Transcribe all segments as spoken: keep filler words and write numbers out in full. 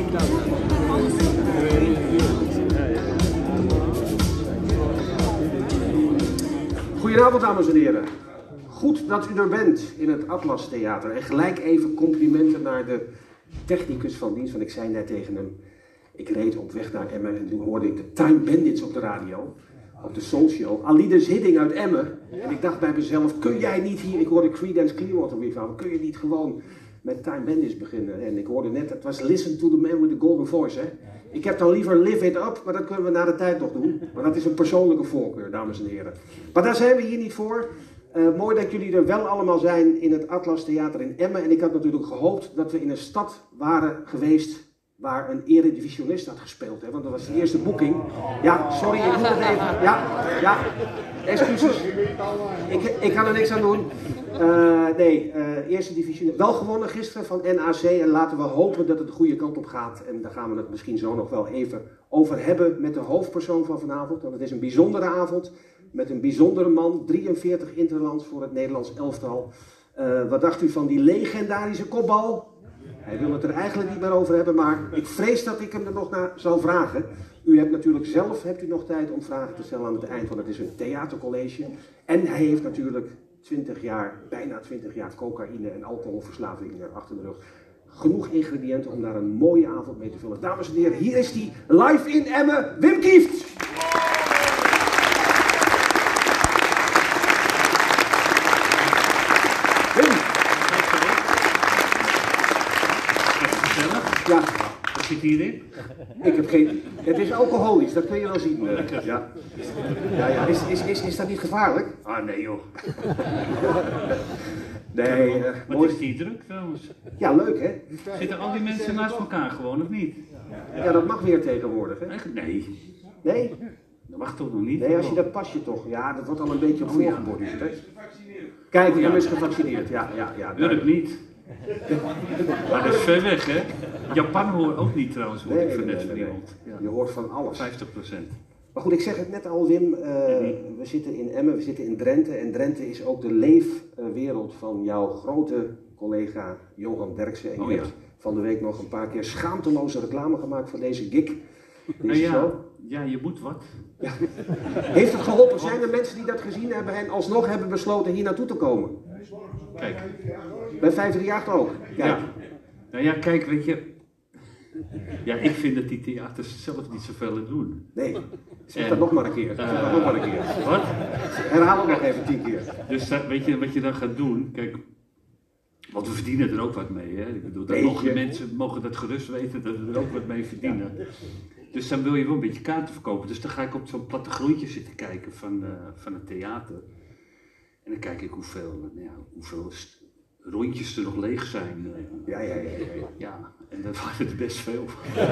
Goedenavond, dames en heren. Goed dat u er bent in het Atlas Theater. En gelijk even complimenten naar de technicus van dienst. Want ik zei net tegen hem, ik reed op weg naar Emmen en toen hoorde ik de Time Bandits op de radio. Op de Soul Show. Alides Hidding uit Emmen. En ik dacht bij mezelf, kun jij niet hier, ik hoorde Creedence Clearwater weer van, kun je niet gewoon met Time Bandits beginnen? En ik hoorde net, het was Listen to the Man with the Golden Voice. Hè? Ik heb dan liever Live It Up, maar dat kunnen we na de tijd nog doen. Maar dat is een persoonlijke voorkeur, dames en heren. Maar daar zijn we hier niet voor. Uh, mooi dat jullie er wel allemaal zijn in het Atlas Theater in Emmen. En ik had natuurlijk gehoopt dat we in een stad waren geweest waar een eredivisionist had gespeeld. Hè? Want dat was de eerste boeking. Ja, sorry, ik moet het even. Ja, ja, excuses. Ik, ik kan er niks aan doen. Uh, nee, uh, eerste divisie. Wel gewonnen gisteren van N A C. En laten we hopen dat het de goede kant op gaat. En daar gaan we het misschien zo nog wel even over hebben met de hoofdpersoon van vanavond. Want het is een bijzondere avond met een bijzondere man. drieënveertig interlands voor het Nederlands elftal. Uh, wat dacht u van die legendarische kopbal? Hij wil het er eigenlijk niet meer over hebben, maar ik vrees dat ik hem er nog naar zal vragen. U hebt natuurlijk zelf hebt u nog tijd om vragen te stellen aan het eind, want het is een theatercollege. En hij heeft natuurlijk twintig jaar, bijna twintig jaar cocaïne en alcoholverslaving achter de rug. Genoeg ingrediënten om daar een mooie avond mee te vullen. Dames en heren, hier is hij live in Emmen, Wim Kieft! Ja. Wat zit hierin? Ik heb geen... Het is alcoholisch, dat kun je wel zien. Uh, ja. Ja, ja. Is, is, is, is dat niet gevaarlijk? Ah, nee joh. Nee, uh, Wat mooi. is die druk trouwens? Ja, leuk hè? Zitten al die mensen naast elkaar gewoon, of niet? Ja, dat mag weer tegenwoordig hè? Echt? Nee. Nee? Dat mag toch nog niet? Nee, als je dat pasje toch... Ja, dat wordt al een beetje op voorgeborduurd hè? Kijk, hij is gevaccineerd. Ja, ja, ja. Urk niet. Maar dat is ver weg hè? Japan hoort ook niet trouwens, hoor Nee, ik van nee, net nee, van nee. iemand. Ja. Je hoort van alles. vijftig procent. Maar goed, ik zeg het net al Wim, uh, we zitten in Emmen, we zitten in Drenthe. En Drenthe is ook de leefwereld van jouw grote collega Johan Derksen. En je Oh, ja. hebt van de week nog een paar keer schaamteloze reclame gemaakt voor deze gig. Deze Nou ja, show. ja, je moet wat. Ja. Heeft het geholpen? Zijn er mensen die dat gezien hebben en alsnog hebben besloten hier naartoe te komen? Kijk. Bij vijf drie acht ook. Kijk. Ja. Nou ja, kijk, weet je. Ja, ik vind dat die theaters zelf niet zoveel aan doen. Nee, zeg En, dat nog maar een keer. Zeg Uh, dat nog maar een keer. Wat? Herhaal het nog even tien keer. Dus dat, weet je wat je dan gaat doen? Kijk, want we verdienen er ook wat mee. Hè? Ik bedoel, dat Beetje. mogen de mensen mogen dat gerust weten dat we er ook wat mee verdienen. Dus dan wil je wel een beetje kaarten verkopen. Dus dan ga ik op zo'n plattegrondje zitten kijken van, uh, van het theater. En dan kijk ik hoeveel, nou ja, hoeveel st- rondjes er nog leeg zijn. Uh, Ja, ja, ja. ja, ja. ja, en dat waren er best veel.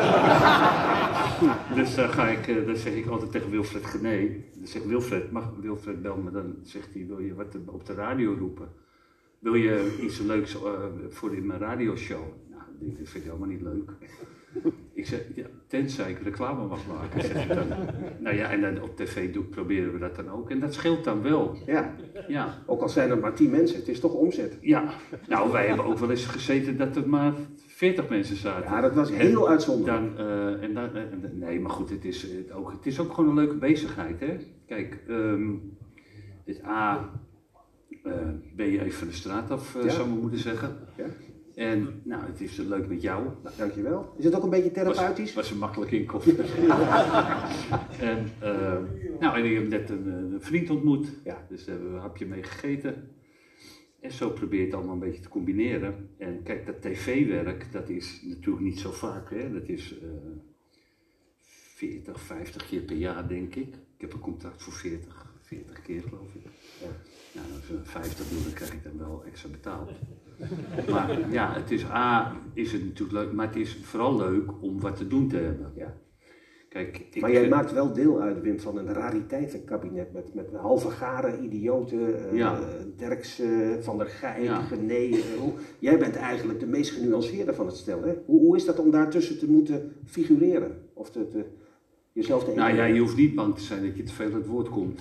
Dus dan, ga ik, uh, dan zeg ik altijd tegen Wilfred Gené. Dan zegt Wilfred, mag Wilfred bel me? Dan zegt hij, wil je wat op de radio roepen? Wil je iets leuks uh, voor in mijn radioshow? Nou, dat vind ik helemaal niet leuk. Ik zeg, ja, tenzij ik reclame mag maken, zeg ik dan. Nou ja, en dan op tv doen, proberen we dat dan ook. En dat scheelt dan wel. Ja, Ja, ook al zijn er maar tien mensen, het is toch omzet. ja. Nou, wij hebben ook wel eens gezeten dat er maar veertig mensen zaten. Ja, dat was heel En uitzonderlijk. Dan, uh, en dan, uh, nee, maar goed, het is, het, ook, het is ook gewoon een leuke bezigheid, hè. Kijk, um, het A, uh, ben je even van de straat af, uh, Ja. zou men moeten zeggen. Ja? En nou, het is leuk met jou. Nou, dankjewel. Is het ook een beetje therapeutisch? Was, was een makkelijk inkomen. en, uh, nou, en ik heb net een, een vriend ontmoet, Ja. dus daar hebben we een hapje mee gegeten. En zo probeer je het allemaal een beetje te combineren. En kijk, dat tv-werk, dat is natuurlijk niet zo vaak, hè. Dat is uh, veertig, vijftig keer per jaar, denk ik. Ik heb een contract voor veertig, veertig keer, geloof ik. Ja. Nou, als we vijftig doen, dan krijg ik dan wel extra betaald. Maar ja, het is A, is het natuurlijk leuk, maar het is vooral leuk om wat te doen te hebben. Ja. Kijk, ik Maar jij vind- maakt wel deel uit, Wim, van een rariteitenkabinet met, met halve garen, idioten, uh, Ja. Derks, uh, Van der Gijp, Ja. Gené. Uh, hoe- jij bent eigenlijk de meest genuanceerde van het stel, hè? Hoe, hoe is dat om daartussen te moeten figureren? Of te, te, jezelf te Nou ja, je hoeft niet bang te zijn dat je te veel aan het woord komt.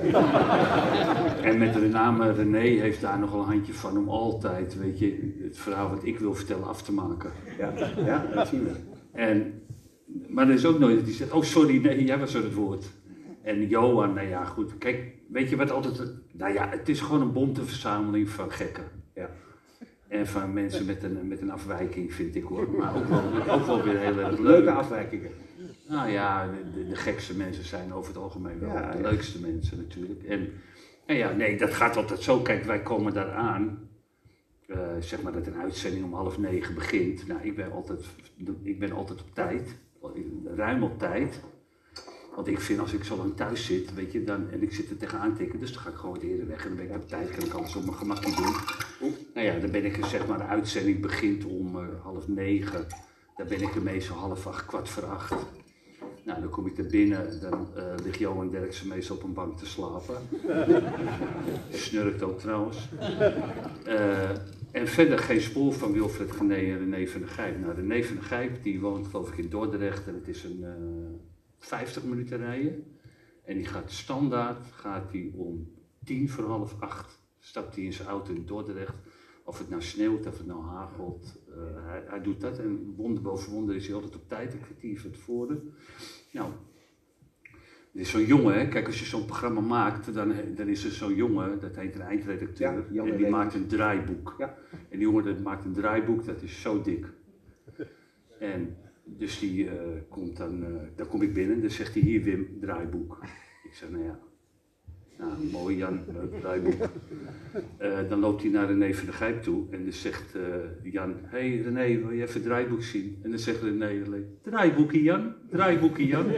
En met de naam René heeft daar nog wel een handje van om altijd, weet je, het verhaal wat ik wil vertellen af te maken. Ja, ja, dat zien we. En, maar er is ook nooit dat die zegt, oh sorry, nee, jij was aan het woord. En Johan, nou ja, goed. Kijk, weet je wat altijd... Nou ja, het is gewoon een bonte verzameling van gekken. Ja. En van mensen met een, met een afwijking, vind ik hoor. Maar ook wel, ook wel weer heel erg leuk. Leuke afwijkingen. Nou ja, de, de gekste mensen zijn over het algemeen wel Ja, de ja. leukste mensen natuurlijk. En, en ja, nee, dat gaat altijd zo. Kijk, wij komen daar aan. Uh, zeg maar dat een uitzending om half negen begint. Nou, ik ben altijd, ik ben altijd op tijd. Ruim op tijd. Want ik vind als ik zo lang thuis zit, weet je, dan, en ik zit er tegenaan tikken, dus dan ga ik gewoon wat eerder weg en dan ben ik op tijd, kan ik alles op mijn gemakje doen. Nou ja, dan ben ik er, zeg maar, de uitzending begint om uh, half negen, dan ben ik er meestal half acht, kwart voor acht. Nou, dan kom ik er binnen, dan uh, ligt Johan Derksen meestal op een bank te slapen. Snurkt ook trouwens. Uh, en verder geen spoor van Wilfred Gené en René van der Gijp. Nou, René van der Gijp die woont geloof ik in Dordrecht en het is een... Uh, vijftig minuten rijden en die gaat standaard, gaat hij om tien voor half acht, stapt hij in zijn auto in Dordrecht, of het nou sneeuwt, of het nou hagelt, uh, hij, hij doet dat en wonder boven wonder is hij altijd op tijd, een kwartier van tevoren. Nou, er is zo'n jongen, hè? Kijk als je zo'n programma maakt, dan, dan is er zo'n jongen, dat heet een eindredacteur, ja, en die maakt een draaiboek. Ja. En die jongen dat maakt een draaiboek, dat is zo dik. En dus die uh, komt dan, uh, dan kom ik binnen en dan zegt hij, hier Wim, draaiboek. Ik zeg, nou ja, nou, mooi Jan, leuk draaiboek. Uh, dan loopt hij naar René van der Gijp toe en dan zegt uh, Jan, hé hey, René, wil je even het draaiboek zien? En dan zegt René, draaiboekje Jan, draaiboekje Jan.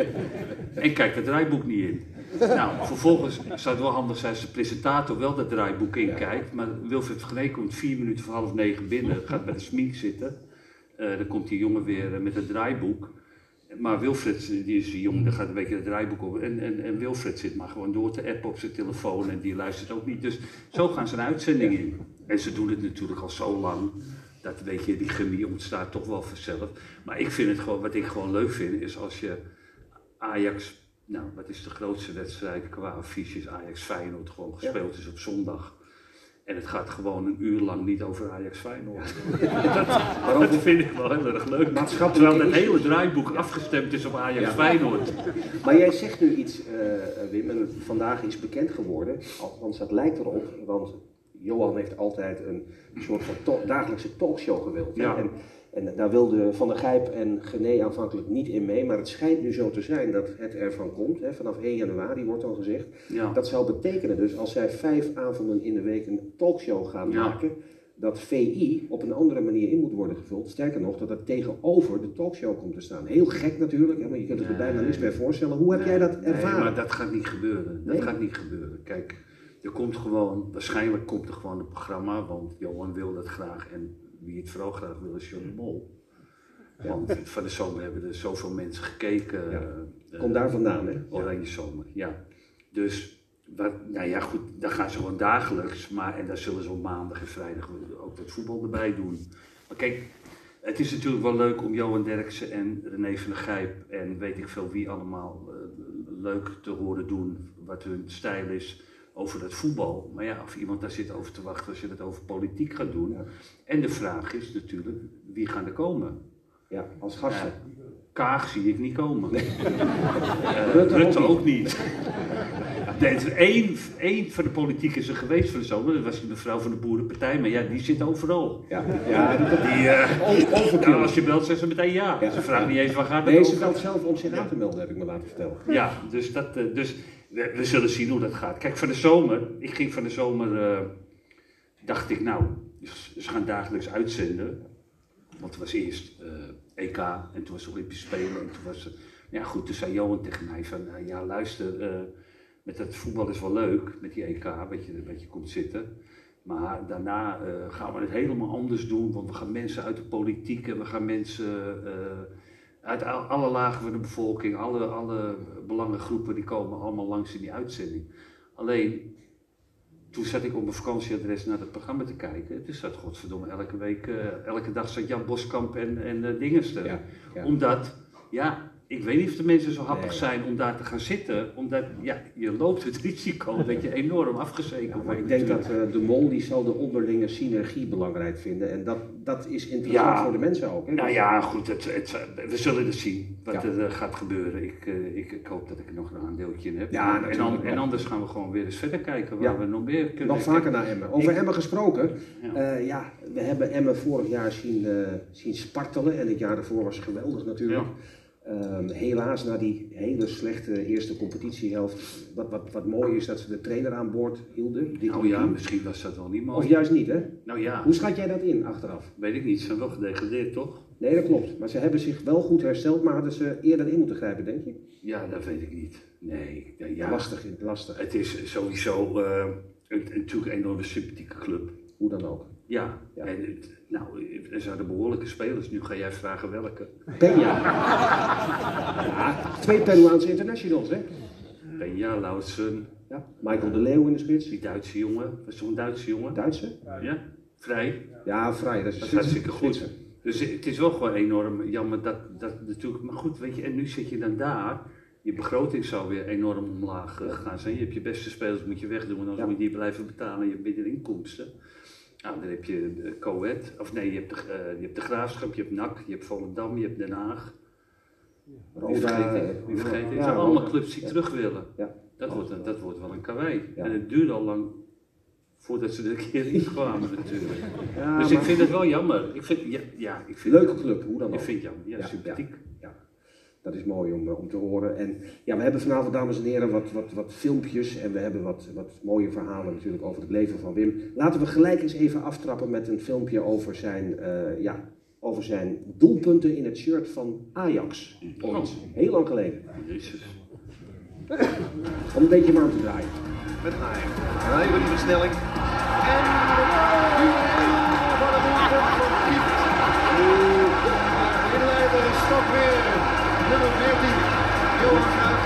En kijkt het draaiboek niet in. Nou, vervolgens zou het wel handig zijn als de presentator wel dat draaiboek inkijkt, maar Wilfred Gené komt vier minuten voor half negen binnen, gaat bij de smink zitten. Uh, dan komt die jongen weer uh, met het draaiboek. Maar Wilfred, die is die jongen, daar gaat een beetje het draaiboek op. En, en, en Wilfred zit maar gewoon door te appen op zijn telefoon en die luistert ook niet. Dus zo gaan ze een uitzending in. En ze doen het natuurlijk al zo lang. Dat weet je, die chemie ontstaat toch wel vanzelf. Maar ik vind het gewoon, wat ik gewoon leuk vind, is als je Ajax, nou wat is de grootste wedstrijd qua affiches, Ajax Feyenoord gewoon gespeeld is op zondag. En het gaat gewoon een uur lang niet over Ajax Feyenoord. Ja. dat, dat vind ik wel heel erg leuk. Terwijl het hele draaiboek afgestemd is op Ajax ja. Feyenoord. Maar jij zegt nu iets, uh, Wim, en vandaag is bekend geworden. Althans, dat lijkt erop, want Johan heeft altijd een soort van to- dagelijkse talkshow gewild. Ja. En, en daar wilden Van der Gijp en Gené aanvankelijk niet in mee, maar het schijnt nu zo te zijn dat het ervan komt. Hè, vanaf één januari wordt al gezegd. Ja. Dat zou betekenen dus als zij vijf avonden in de week een talkshow gaan ja. maken, dat V I op een andere manier in moet worden gevuld. Sterker nog, dat het tegenover de talkshow komt te staan. Heel gek natuurlijk, hè, maar je kunt het er bijna niets bij voorstellen. Hoe heb nee, jij dat ervaren? Nee, maar dat gaat niet gebeuren. Dat nee? gaat niet gebeuren. Kijk, er komt gewoon, waarschijnlijk komt er gewoon een programma, want Johan wil dat graag en wie het vooral graag wil is John de Mol. Ja. Want van de zomer hebben er zoveel mensen gekeken. Ja. Uh, Komt daar vandaan, hè? Oranje zomer, ja. Dus, wat, nou ja goed, dan gaan ze gewoon dagelijks, maar en daar zullen ze op maandag en vrijdag ook dat voetbal erbij doen. Maar kijk, het is natuurlijk wel leuk om Johan Derksen en René van der Gijp en weet ik veel wie allemaal uh, leuk te horen doen, wat hun stijl is over dat voetbal. Maar ja, of iemand daar zit over te wachten als je dat over politiek gaat doen. Ja. En de vraag is natuurlijk, wie gaan er komen? Ja, als gasten. Uh, Kaag zie ik niet komen. Nee. Uh, Rutte, Rutte ook niet. Eén nee, van de politiek is er geweest van de zomer, dat was die mevrouw van de Boerenpartij, maar ja, die zit overal. Ja, ja die, uh, nou, als je belt, zeggen ze meteen ja. ja. Ze vragen niet eens waar gaat het nee, over. ze belt zelf om zich aan te melden, heb ik me laten vertellen. Ja, dus, dat, uh, dus we, we zullen zien hoe dat gaat. Kijk, van de zomer, ik ging van de zomer, uh, dacht ik nou, ze gaan dagelijks uitzenden. Want het was eerst uh, E K en toen was het Olympische Spelen en toen was het... Ja goed, toen zei Johan tegen mij van, uh, ja luister, uh, met dat voetbal is wel leuk, met die E K, wat je, wat je komt zitten. Maar daarna uh, gaan we het helemaal anders doen, want we gaan mensen uit de politiek en we gaan mensen uh, uit alle lagen van de bevolking, alle, alle belangengroepen, die komen allemaal langs in die uitzending. Alleen... Toen zat ik op mijn vakantieadres naar het programma te kijken. Toen zat godverdomme elke week, uh, elke dag zat Jan Boskamp en, en uh, Dinges er. Ja, ja. Omdat, ja, ik weet niet of de mensen zo happig Nee. zijn om daar te gaan zitten, omdat ja, je loopt het risico dat je enorm afgezekerd Ja, wordt. maar ik denk dat natuurlijk. uh, de mol die zal de onderlinge synergie belangrijk vinden. En dat, dat is interessant Ja. voor de mensen ook. Hè? Nou ja, goed, het, het, we zullen het zien wat Ja. er uh, gaat gebeuren. Ik, uh, ik, ik hoop dat ik er nog een aandeeltje in heb. Ja, en, natuurlijk an, wel. en anders gaan we gewoon weer eens verder kijken waar Ja. we nog meer kunnen. Nog vaker naar Emmen. Over Ik- Emmen gesproken. Ja. Uh, ja, we hebben Emmen vorig jaar zien, uh, zien spartelen. En het jaar daarvoor was geweldig natuurlijk. Um, helaas na die hele slechte eerste competitiehelft. Wat, wat, wat mooi is dat ze de trainer aan boord hielden. Dick Nou ja, Lukien. misschien was dat wel niet mooi. Of juist niet, hè? Nou ja, Hoe schat jij dat in achteraf? weet ik niet. Ze zijn wel gedegradeerd, toch? Nee, dat klopt. Maar ze hebben zich wel goed hersteld, maar hadden ze eerder in moeten grijpen, denk je? Ja, dat weet ik niet. Nee, ja, ja. Lastig, lastig. Het is sowieso uh, een, natuurlijk een enorme sympathieke club. Hoe dan ook. Ja, Ja. En het, nou, er zijn behoorlijke spelers. Nu ga jij vragen welke. Peña. Ja, twee Peruaanse internationals, hè? Benja, Lautzen, Ja. Michael de Leeuw in de spits. die Duitse jongen. Dat is toch een Duitse jongen? Duitse? Ja, vrij. Ja, vrij. Dat is, Dat is hartstikke goed. Zwitser. Dus het is wel gewoon enorm jammer dat, dat natuurlijk. Maar goed, weet je, en nu zit je dan daar. Je begroting zou weer enorm omlaag uh, gaan zijn. Je hebt je beste spelers moet je wegdoen, anders Ja. moet je die blijven betalen. Je hebt minder inkomsten. Nou, dan heb je uh, Coët, of nee, je hebt, de, uh, je hebt de Graafschap, je hebt N A C, je hebt Volendam, je hebt Den Haag. Wie vergeet ik? Wie vergeet ik? Het Ja, zijn allemaal Roda. clubs die Ja. terug willen. Ja. Dat wordt, een- dat wordt wel een karwei. Ja. En het duurde al lang voordat ze er een keer in kwamen natuurlijk. Ja, dus maar- ik vind het wel jammer. Ik vind, ja, ja, ik vind Leuke het, club, hoe dan ook. Ik vind het jammer. Ja, Ja, sympathiek. Ja, dat is mooi om, eh, om te horen. En ja, we hebben vanavond, dames en heren, wat, wat, wat filmpjes en we hebben wat, wat mooie verhalen natuurlijk over het leven van Wim. Laten we gelijk eens even aftrappen met een filmpje over zijn, uh, ja, over zijn doelpunten in het shirt van Ajax. Ooit. Heel lang geleden. Jezus. Om een beetje warm te draaien. Met Haaier. En even die versnelling. En wat een doelpunt van Kieft. De inleider is toch weer nummer veertien. Johan Cruijff.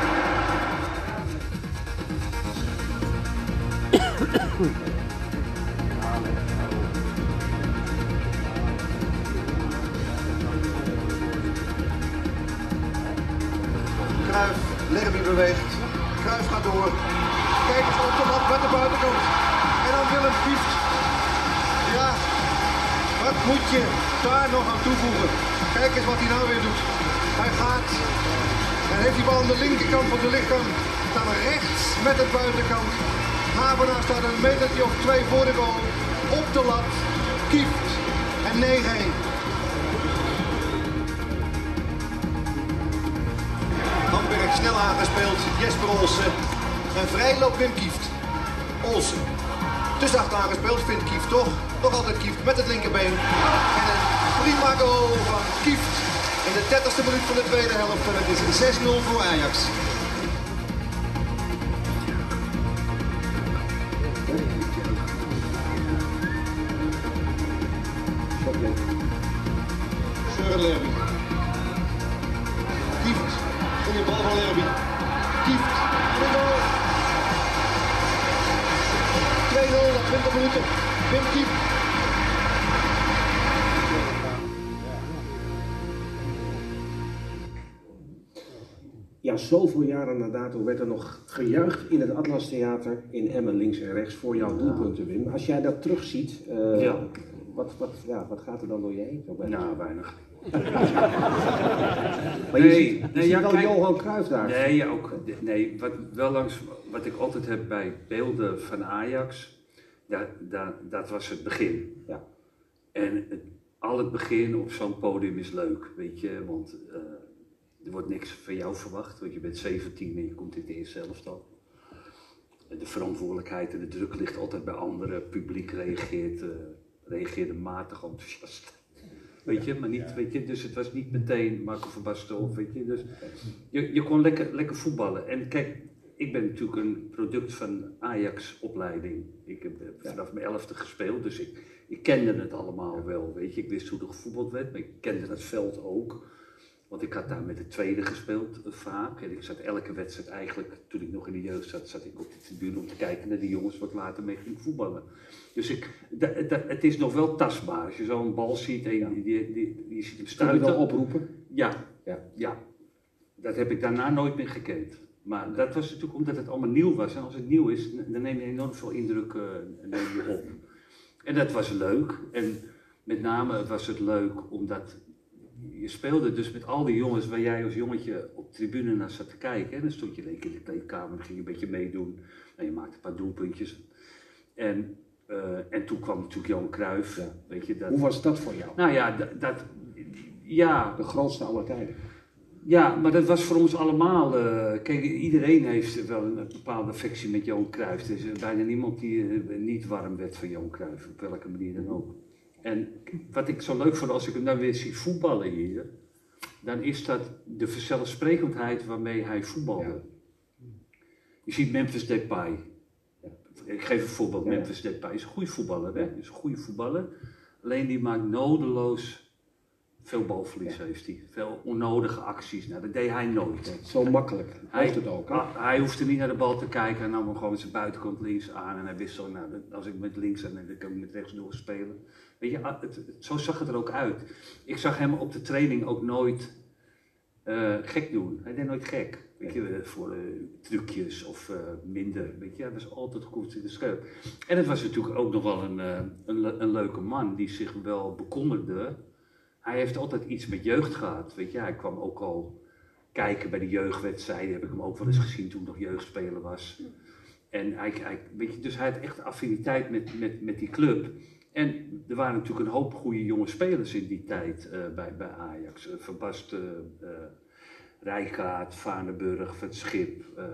Cruijff, Lerby beweegt. Cruijff gaat door. Kijk eens op de lat met de buitenkant. En dan Willem Kieft. Ja, wat moet je daar nog aan toevoegen? Kijk eens wat hij nou weer doet. Hij gaat en heeft die bal aan de linkerkant van de lichaam. Staat rechts met de buitenkant. Habenaar staat een metertje of twee voor de goal. Op de lat. Kieft en negen één. Hamburg snel aangespeeld. Jesper Olsen. Een vrijloop Wim Kieft. Olsen. Te zacht aangespeeld vindt Kieft toch. Nog altijd Kieft met het linkerbeen. En een prima goal van Kieft. In de dertigste minuut van de tweede helft. En het is zes nul voor Ajax. Søren Lerby. Kieft. Goeie bal van Lerby. Kieft. De goal. twee nul na twintig minuten. Wim Kieft. Ja, zoveel jaren na dato werd er nog gejuicht in het Atlas Theater in Emmen, links en rechts, voor jouw doelpunten, Wim. Als jij dat terugziet, uh, Ja. wat, wat, ja, wat gaat er dan door je heen? Zo bijna? Nou, weinig. Maar je Nee, ziet, je nee, ziet ja, wel kijk- Johan Cruijff daar. Nee, ja, ook, nee wat, wel langs, wat ik altijd heb bij beelden van Ajax, dat, dat, dat was het begin. Ja. En het, al het begin op zo'n podium is leuk, weet je, want uh, er wordt niks van jou verwacht, want je bent zeventien en je komt in de eerste elftal. De verantwoordelijkheid en de druk ligt altijd bij anderen, het publiek reageert, uh, reageerde matig enthousiast. Weet je, maar niet, weet je, dus het was niet meteen Marco van Basten of weet je, dus je, je kon lekker, lekker voetballen. En kijk, ik ben natuurlijk een product van Ajax opleiding. Ik heb vanaf mijn elfde gespeeld, dus ik, ik kende het allemaal wel, weet je. Ik wist hoe er gevoetbald werd, maar ik kende het veld ook. Want ik had daar met de tweede gespeeld uh, vaak. En ik zat elke wedstrijd eigenlijk, toen ik nog in de jeugd zat, zat ik op de tribune om te kijken naar die jongens wat later mee ging voetballen. Dus ik, da, da, het is nog wel tastbaar. Als je zo'n bal ziet en je, die, die, die, je ziet hem Kun je stuiten. wel oproepen? Ja, Ja. ja. dat heb ik daarna nooit meer gekend. Maar dat was natuurlijk omdat het allemaal nieuw was. En als het nieuw is, dan neem je enorm veel indruk uh, neem je op. En dat was leuk. En met name was het leuk omdat je speelde dus met al die jongens waar jij als jongetje op tribune naar zat te kijken. En dan stond je in de kleedkamer, dan ging je een beetje meedoen. En je maakte een paar doelpuntjes. En, uh, en toen kwam natuurlijk Johan Cruijff. Ja. Weet je, dat... Hoe was dat voor jou? Nou ja, dat... dat ja. De grootste aller tijden. Ja, maar dat was voor ons allemaal. Uh, kijk, iedereen heeft wel een, een bepaalde affectie met Johan Cruijff. Er is uh, bijna niemand die uh, niet warm werd van Johan Cruijff, op welke manier dan ook. En wat ik zo leuk vond als ik hem dan weer zie voetballen hier, dan is dat de vanzelfsprekendheid waarmee hij voetbalde. Ja. Je ziet Memphis Depay. Ja. Ik geef een voorbeeld, ja. Memphis Depay is een goede voetballer, hè? Is een goede voetballer. Alleen die maakt nodeloos veel balverlies, ja. Heeft hij. Veel onnodige acties. Nou, dat deed hij nooit. Ja, zo makkelijk. Hij, het ook, hè? hij hoefde niet naar de bal te kijken. Hij nam hem gewoon met zijn buitenkant links aan. En hij wist zo, nou, als ik met links en dan kan ik met rechts doorspelen. Weet je, het, het, zo zag het er ook uit. Ik zag hem op de training ook nooit uh, gek doen. Hij deed nooit gek. Weet je, voor uh, trucjes of uh, minder. Weet je, hij was altijd goed in de scherp. En het was natuurlijk ook nog wel een, uh, een, een leuke man die zich wel bekommerde. Hij heeft altijd iets met jeugd gehad. Weet je, hij kwam ook al kijken bij de jeugdwedstrijden. Heb ik hem ook wel eens gezien toen nog jeugdspeler was. En hij, hij, weet je, dus hij had echt affiniteit met, met, met die club. En er waren natuurlijk een hoop goede jonge spelers in die tijd uh, bij, bij Ajax. Uh, Van Basten, uh, Rijkaard, Vaneburg, Van Schip, uh, uh,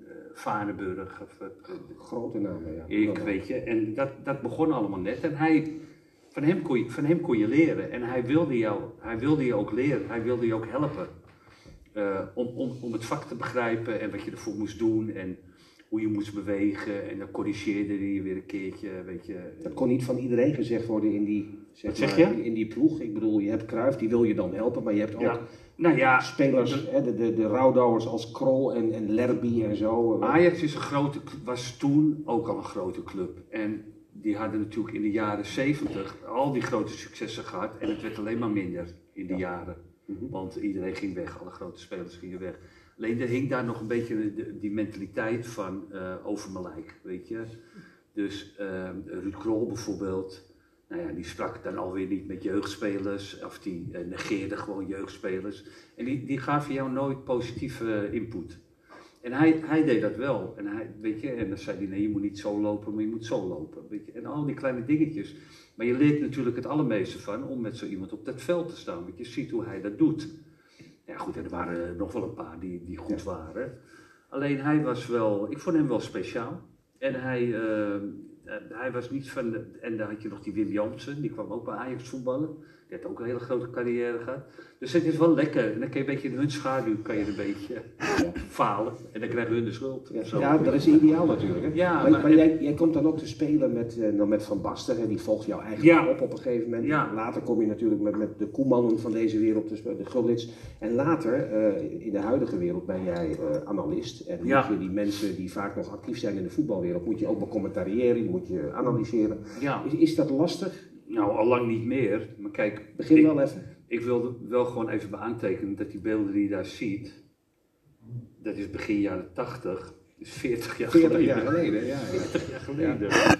Vaneburg. Uh, Grote namen, ja. Ik, weet je, en dat, dat begon allemaal net. En hij, van, hem kon je, van hem kon je leren. En hij wilde jou, hij wilde je ook leren, hij wilde je ook helpen. Uh, om, om, om het vak te begrijpen en wat je ervoor moest doen. En hoe je moest bewegen en dan corrigeerde hij je weer een keertje, weet je. Dat kon niet van iedereen gezegd worden in die, zeg Wat zeg maar, je? in die ploeg. Ik bedoel, je hebt Cruijff, die wil je dan helpen, maar je hebt ook Ja. Nou ja, spelers, de, hè, de, de, de rouwdouwers als Krol en, en Lerby en zo. Ajax is een grote, was toen ook al een grote club. En die hadden natuurlijk in de jaren zeventig al die grote successen gehad en het werd alleen maar minder in die ja. jaren. Mm-hmm. Want iedereen ging weg, alle grote spelers gingen weg. Alleen er hing daar nog een beetje de, die mentaliteit van uh, over mijn lijk, weet je. Dus uh, Ruud Krol bijvoorbeeld, nou ja, die sprak dan alweer niet met jeugdspelers, of die uh, negeerde gewoon jeugdspelers. En die, die gaven jou nooit positieve input. En hij, hij deed dat wel. En, hij, weet je, en dan zei hij, nee, je moet niet zo lopen, maar je moet zo lopen. Weet je. En al die kleine dingetjes. Maar je leert natuurlijk het allermeeste van om met zo iemand op dat veld te staan. Want je ziet hoe hij dat doet. Ja goed, er waren nog wel een paar die, die goed ja. waren. Alleen hij was wel, ik vond hem wel speciaal. En hij, uh, hij was niet van, de, en dan had je nog die Wim Jansen, die kwam ook bij Ajax voetballen. Die had ook een hele grote carrière gehad. Dus het is wel lekker. En dan kan je een beetje in hun schaduw kan je een beetje ja. falen. En dan krijgen hun de schuld. Ja, zo. Ja, dat is ideaal natuurlijk. Hè? Ja, maar maar, maar jij, jij komt dan ook te spelen met, uh, nou met Van Basten. Hè? Die volgt jou eigenlijk ja. op op een gegeven moment. Ja. Later kom je natuurlijk met, met de Koemannen van deze wereld te spelen, de Gullit. En later, uh, in de huidige wereld, ben jij uh, analist. En ja. moet je die mensen die vaak nog actief zijn in de voetbalwereld, moet je ook becommentariëren, die moet je analyseren. Ja. Is, is dat lastig? Nou, al lang niet meer. Maar kijk, begin ik, wel even. Ik wilde wel gewoon even beaantekenen dat die beelden die je daar ziet, dat is begin jaren tachtig, dus veertig jaar veertig geleden. jaar geleden, ja. veertig jaar geleden. Ja.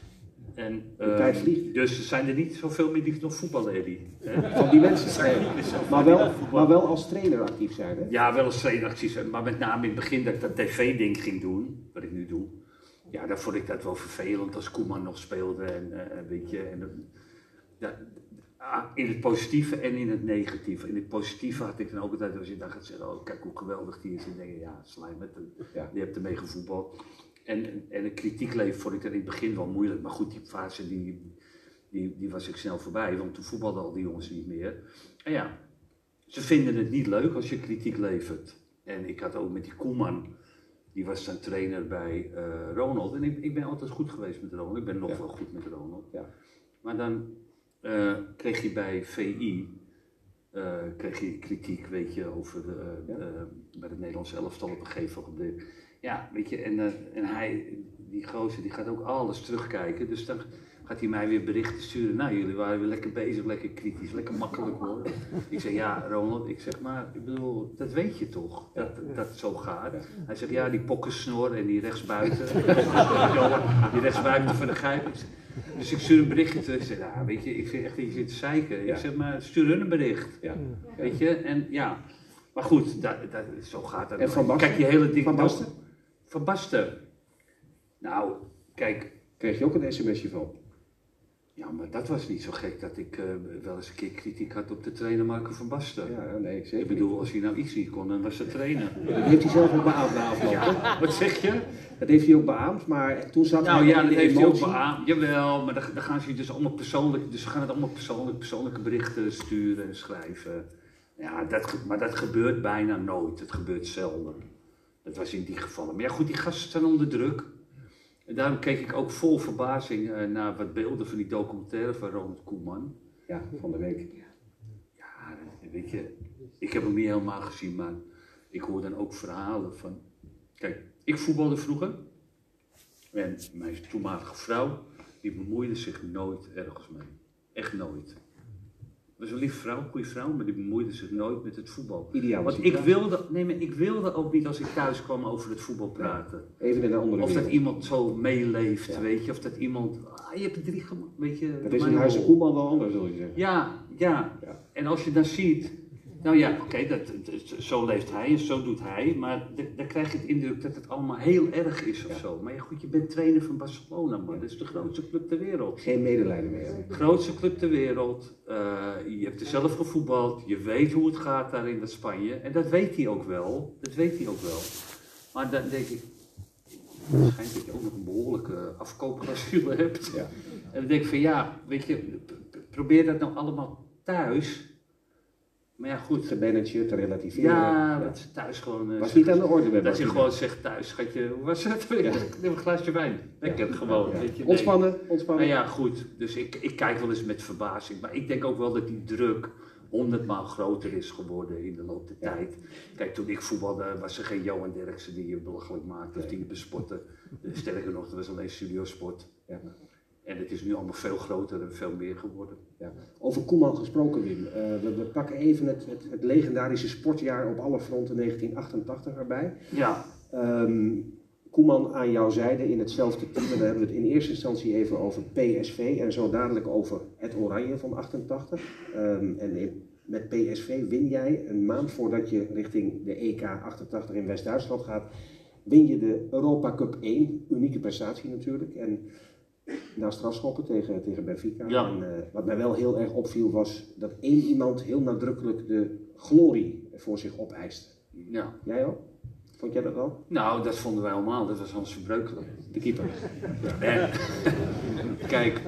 En, de uh, tijd vliegt. Dus zijn er niet zoveel meer die nog voetballen, Eddie. Van die mensen. Nee. Maar, wel, maar wel als trainer actief zijn, hè? Ja, wel als trainer actief zijn. Maar met name in het begin dat ik dat tv-ding ging doen, wat ik nu doe. Ja, dan vond ik dat wel vervelend als Koeman nog speelde en uh, weet je. En, ja, in het positieve en in het negatieve. In het positieve had ik dan ook altijd, als je dan gaat zeggen, oh kijk hoe geweldig die is. En dan denk je, ja, slijm met hem. Ja. Die hebt ermee gevoetbald. En, en een kritiek leven vond ik dan in het begin wel moeilijk. Maar goed, die fase die, die, die was ik snel voorbij. Want toen voetbalden al die jongens niet meer. En ja, ze vinden het niet leuk als je kritiek levert. En ik had ook met die Koeman. Die was dan trainer bij uh, Ronald. En ik, ik ben altijd goed geweest met Ronald. Ik ben nog ja. wel goed met Ronald. Ja. Maar dan uh, kreeg je bij V I uh, kreeg je kritiek, weet je, over de, uh, ja. uh, bij het Nederlandse elftal op een gegeven moment. Ja, weet je, en, uh, en hij, die gozer, die gaat ook alles terugkijken. Dus dan gaat hij mij weer berichten sturen. Nou, jullie waren weer lekker bezig, lekker kritisch, lekker makkelijk hoor. Ik zeg, ja Ronald, ik zeg maar, ik bedoel, dat weet je toch, dat, dat het zo gaat. Hij zegt, ja die pokkensnor en die rechtsbuiten, die rechtsbuiten van de Gijp. Dus ik stuur een berichtje terug. Ik zeg, nou, weet je, ik vind echt dat je zit te zeiken. Ja. Ik zeg, maar stuur hun een bericht. Ja. Weet je, en ja. Maar goed, dat, dat, zo gaat dat. En Van Basten? Kijk, die hele ding. Van Basten? Van Basten. Nou, kijk. Kreeg je ook een sms'je van? Ja, maar dat was niet zo gek dat ik uh, wel eens een keer kritiek had op de trainer Marco van Basten. Ja, nee, ik zeker. Ik bedoel, als hij nou iets niet kon, dan was het trainer. Dat heeft hij zelf ook beaamd na afloop. Ja, wat zeg je? Dat heeft hij ook beaamd, maar toen zat Nou hij ja, in dat de heeft hij ook emotie. beaamd. Jawel, maar dan, dan gaan ze dus allemaal persoonlijk, dus ze gaan het allemaal persoonlijk, persoonlijke berichten sturen en schrijven. Ja, dat, ge- maar dat gebeurt bijna nooit. Het gebeurt zelden. Dat was in die gevallen. Maar ja goed, die gasten staan onder druk. En daarom keek ik ook vol verbazing uh, naar wat beelden van die documentaire van Ronald Koeman. Ja, van de week. Ja, weet je, ik heb hem niet helemaal gezien, maar ik hoor dan ook verhalen van... Kijk, ik voetbalde vroeger. En mijn toenmalige vrouw, die bemoeide zich nooit ergens mee. Echt nooit. Het was een lieve vrouw, een goede vrouw, maar die bemoeide zich nooit met het voetbal. Ideaal. Want ik wilde, nee, maar ik wilde ook niet als ik thuis kwam over het voetbal praten. Even in een andere Of dat wereld. iemand zo meeleeft, Ja. weet je. Of dat iemand, ah, je hebt er drie gemaakt, weet je. Dat is maar in Huizen wel. Koeman wel anders, zul je zeggen. Ja, ja, Ja. En als je dan ziet, nou ja, oké, okay, dat, dat- zo leeft hij en zo doet hij, maar de- dan krijg je het indruk dat het allemaal heel erg is of Ja. zo. Maar ja, goed, je bent trainer van Barcelona, man. Dat is de grootste club ter wereld. Geen medelijden meer. hè? Grootste club ter wereld. Uh, je hebt er zelf gevoetbald. Je weet hoe het gaat daar in dat Spanje. En dat weet hij ook wel. Dat weet hij ook wel. Maar dan denk ik, het schijnt dat je ook nog een behoorlijke afkoopclausule hebt. Ja. En dan denk ik van ja, weet je, p- p- probeer dat nou allemaal thuis. Maar ja, goed. Te managen, te relativeren. Ja, dat is thuis gewoon. uh, Was zeg- niet aan de orde bij Dat je Martina. gewoon zegt thuis, schatje, hoe was het? Ik neem een glaasje wijn. Lekker gewoon. Ja. Weet je, nee. Ontspannen, ontspannen. Nou ja, goed. Dus ik, ik kijk wel eens met verbazing. Maar ik denk ook wel dat die druk honderdmaal groter is geworden in de loop der Ja. tijd. Kijk, toen ik voetbalde was er geen Johan Derksen die je belachelijk maakte of die je bespotte. Sterker nog, er was alleen Studiosport. Ja. En het is nu allemaal veel groter en veel meer geworden. Ja. Over Koeman gesproken, Wim. Uh, we, we pakken even het, het, het legendarische sportjaar op alle fronten negentien achtentachtig erbij. Ja, Um, Koeman aan jouw zijde in hetzelfde team. En dan hebben we het in eerste instantie even over P S V en zo dadelijk over het Oranje van achtentachtig. Um, en in, met P S V win jij een maand voordat je richting de E K achtentachtig in West-Duitsland gaat, win je de Europa Cup één. Unieke prestatie natuurlijk. En na strafschoppen tegen, tegen Benfica. Ja. En, uh, wat mij wel heel erg opviel was dat één iemand heel nadrukkelijk de glorie voor zich opeiste. ja. Jij ook? Vond jij dat wel? Nou, dat vonden wij allemaal. Dat was Hans Verbreukelen. De keeper. En, kijk,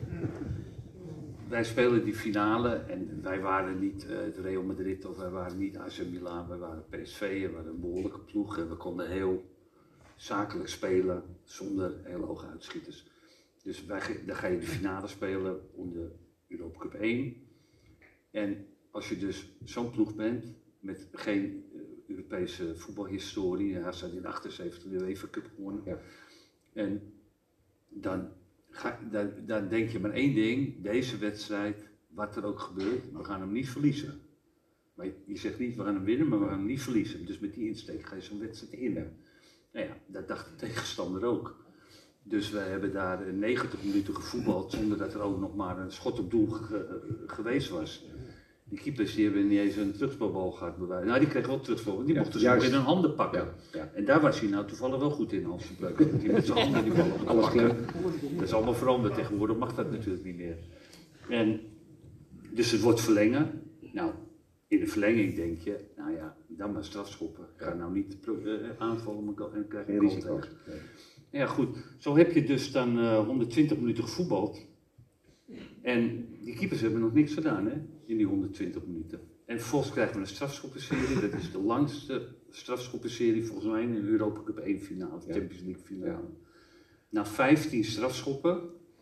wij spelen die finale en wij waren niet uh, het Real Madrid of wij waren niet A C Milan, wij waren P S V en we hadden een behoorlijke ploeg en we konden heel zakelijk spelen zonder hele hoge uitschieters. Dus wij, dan ga je de finale spelen om de Europa Cup één. En als je dus zo'n ploeg bent met geen uh, Europese voetbalhistorie, hij staat in achtenzeventig de UEFA Cup gewonnen. Ja. En dan, ga, dan, dan denk je maar één ding, deze wedstrijd, wat er ook gebeurt, we gaan hem niet verliezen. Maar je, je zegt niet, we gaan hem winnen, maar we gaan hem niet verliezen. Dus met die insteek ga je zo'n wedstrijd in. Nou ja, dat dacht de tegenstander ook. Dus we hebben daar negentig minuten gevoetbald zonder dat er ook nog maar een schot op doel ge, geweest was. Die keepers die hebben niet eens een terugspelbal gehad. Nou, die kregen wel terugspel, want die Ja, mochten ze juist. in hun handen pakken. Ja, ja. En daar was hij nou toevallig wel goed in, Hans Verbreukelen. Die met zijn handen die bal op Alles pakken. klem. Dat is allemaal veranderd, tegenwoordig mag dat natuurlijk niet meer. En, dus het wordt verlengen. Nou, in de verlenging denk je, nou ja, dan maar strafschoppen. Ga nou niet pro- uh, aanvallen en dan krijg je Geen een goal risico's. tegen. Nee. Ja goed, zo heb je dus dan uh, honderdtwintig minuten gevoetbald. En die keepers hebben nog niks gedaan, hè, in die honderdtwintig minuten. En vervolgens krijgen we een strafschoppenserie, dat is de langste strafschoppenserie volgens mij in de Europa Cup één finale, de Ja. Champions League finale. Ja. Na vijftien strafschoppen,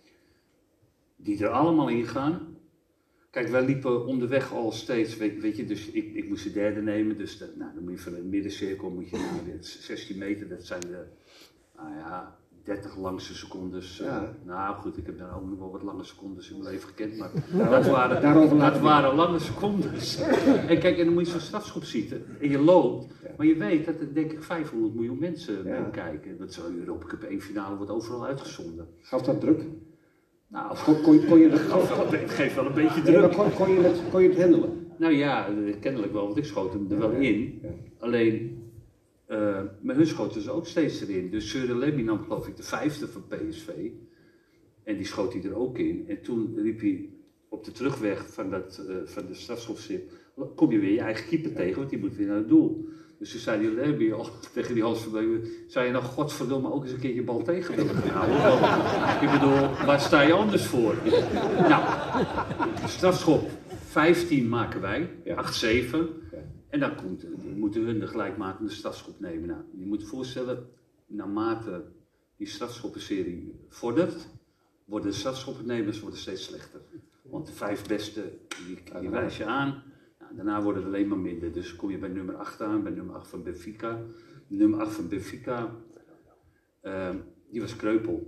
die er allemaal in gaan. Kijk, wij liepen onderweg al steeds, weet, weet je, dus ik, ik moest de derde nemen, dus de, nou, dan moet je van de middencirkel, moet je naar de zestien meter, dat zijn de, nou ja, dertig langste secondes. Uh, Ja. Nou goed, ik heb daar ook nog wel wat lange secondes in mijn leven gekend, maar Daarover- dat waren, daarover dat later waren lange secondes. En kijk, en dan moet je zo'n strafschop zitten en je loopt, Ja. maar je weet dat er denk ik vijfhonderd miljoen mensen Ja. meekijken. Dat zo'n Europa Cup één finale wordt overal uitgezonden. Gaf dat druk? Nou, Kon, kon, kon je het, het geeft wel een beetje nee, maar druk. kon, kon, je het, kon je het handelen? Nou ja, eh, kennelijk wel, want ik schoot hem er wel in. Ja. Alleen, uh, maar hun schoten ze ook steeds erin. Dus Søren Lemmy nam geloof ik de vijfde van P S V. En die schoot hij er ook in. En toen riep hij op de terugweg van, dat, uh, van de strafschopstip, kom je weer je eigen keeper tegen, want die moet weer naar het doel. Dus toen zei die Lemmy al tegen die Hans van Breukelen, zou je nou godverdomme ook eens een keer je bal tegen willen gaan houden? Ik bedoel, waar sta je anders voor? Nou, strafschop vijftien maken wij, Ja. acht zeven. Ja. En dan komt, moeten hun de gelijkmakende strafschop nemen. Nou, je moet je voorstellen, naarmate die strafschoppenserie vordert, worden de strafschoppennemers worden steeds slechter. Want de vijf beste, die, die wijs je aan. Nou, daarna worden het alleen maar minder. Dus kom je bij nummer acht aan, bij nummer acht van Benfica. Nummer acht van Benfica, uh, die was kreupel.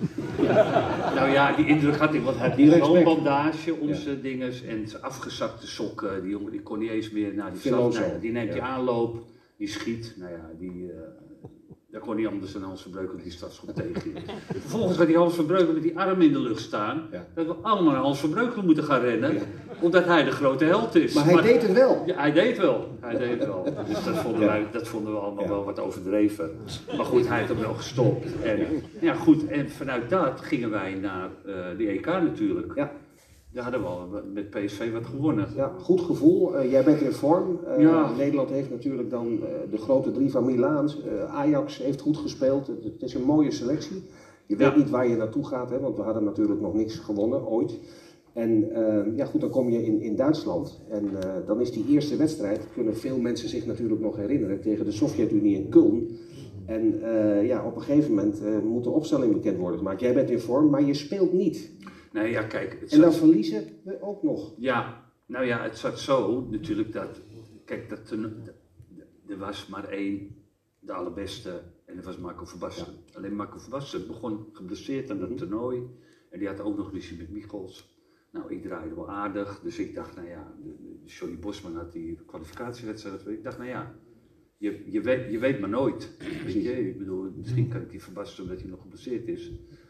Nou ja, die indruk had ik, want hij had Die zo'n respect. bandage om Ja. zijn dinges en zijn afgezakte sokken. Die jongen die kon niet eens meer naar die Veloso. stad. Nou ja, die neemt Ja. die aanloop, die schiet. Nou ja, die, uh, daar kon niet anders dan Hans van Breukelen die strafschop tegen. Vervolgens gaat die Hans van Breukelen met die arm in de lucht staan. Ja. Dat we allemaal naar Hans van Breukelen moeten gaan rennen, omdat hij de grote held is. Maar hij deed het wel. Ja, hij deed wel. Hij deed wel. Dus dat vonden, Ja. wij, dat vonden we allemaal Ja. wel wat overdreven. Maar goed, hij heeft hem wel gestopt. En, ja, goed, en vanuit dat gingen wij naar uh, de E K natuurlijk. Ja. Daar hadden we al met P S V wat gewonnen. Ja, goed gevoel. Uh, jij bent in vorm. Uh, Ja. Nederland heeft natuurlijk dan uh, de grote drie van Milaan. Uh, Ajax heeft goed gespeeld. Het, het is een mooie selectie. Je weet Ja. niet waar je naartoe gaat, hè, want we hadden natuurlijk nog niks gewonnen, ooit. En uh, ja goed, dan kom je in, in Duitsland. En uh, dan is die eerste wedstrijd, kunnen veel mensen zich natuurlijk nog herinneren, tegen de Sovjet-Unie in Köln. En uh, ja, op een gegeven moment uh, moet de opstelling bekend worden gemaakt. Jij bent in vorm, maar je speelt niet. Nee, ja, kijk. Het En dan zat, verliezen we ook nog. ja, nou ja, het zat zo natuurlijk dat. Kijk, dat toen, er was maar één, de allerbeste, en dat was Marco van Basten. Ja. Alleen Marco van Basten begon geblesseerd aan dat Mhm. toernooi. En die had ook nog ruzie met Michels. Nou, ik draaide wel aardig, dus ik dacht, nou ja, de, de Johnny Bosman had die kwalificatiewedstrijd. Ik dacht, nou ja, je, je, weet, je weet maar nooit. Weet je? Ik bedoel, misschien kan ik die Van Basten, omdat hij nog geblesseerd is,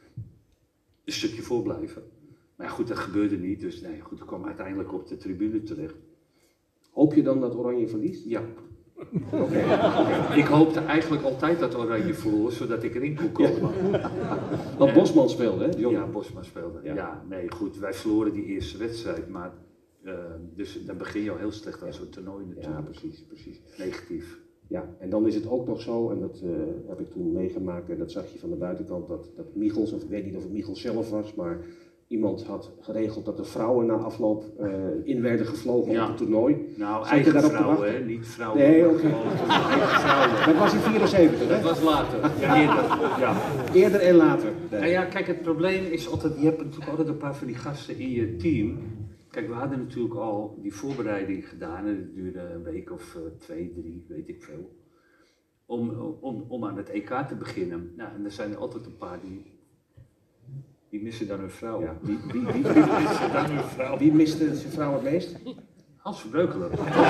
een stukje voorblijven. Maar ja, goed, dat gebeurde niet, dus nee, goed, ik kwam uiteindelijk op de tribune terecht. Hoop je dan dat Oranje verliest? Ja, Oké. ik hoopte eigenlijk altijd dat Oranje verloor, zodat ik erin kon komen. Want Bosman speelde, hè? John? Ja, Bosma speelde. Ja. Ja. nee, goed, wij verloren die eerste wedstrijd, maar uh, dus dan begin je al heel slecht aan Ja. zo'n toernooi natuurlijk. Ja, precies, precies. Negatief. Ja, en dan is het ook nog zo, en dat uh, heb ik toen meegemaakt, en dat zag je van de buitenkant, dat, dat Michels, of ik weet niet of het Michels zelf was, maar iemand had geregeld dat de vrouwen na afloop uh, in werden gevlogen Ja. op het toernooi. Nou, Zat je eigen daarop te vrouwen, wachten? hè, niet vrouwen. Nee, maar oké. gewoon eigen vrouwen. Dat was in vierenzeventig, Dat hè? was later, ja, eerder. Ja. Eerder en later. Nou ja, kijk, het probleem is altijd, je hebt natuurlijk altijd een paar van die gasten in je team. Kijk, we hadden natuurlijk al die voorbereiding gedaan, en dat duurde een week of uh, twee, drie, weet ik veel. Om, om, om aan het E K te beginnen. Nou, en er zijn er altijd een paar die, die missen dan hun vrouw. Ja. Wie, wie, wie, wie missen dan hun vrouw? Wie miste zijn vrouw het meest? Hans van Breukelen.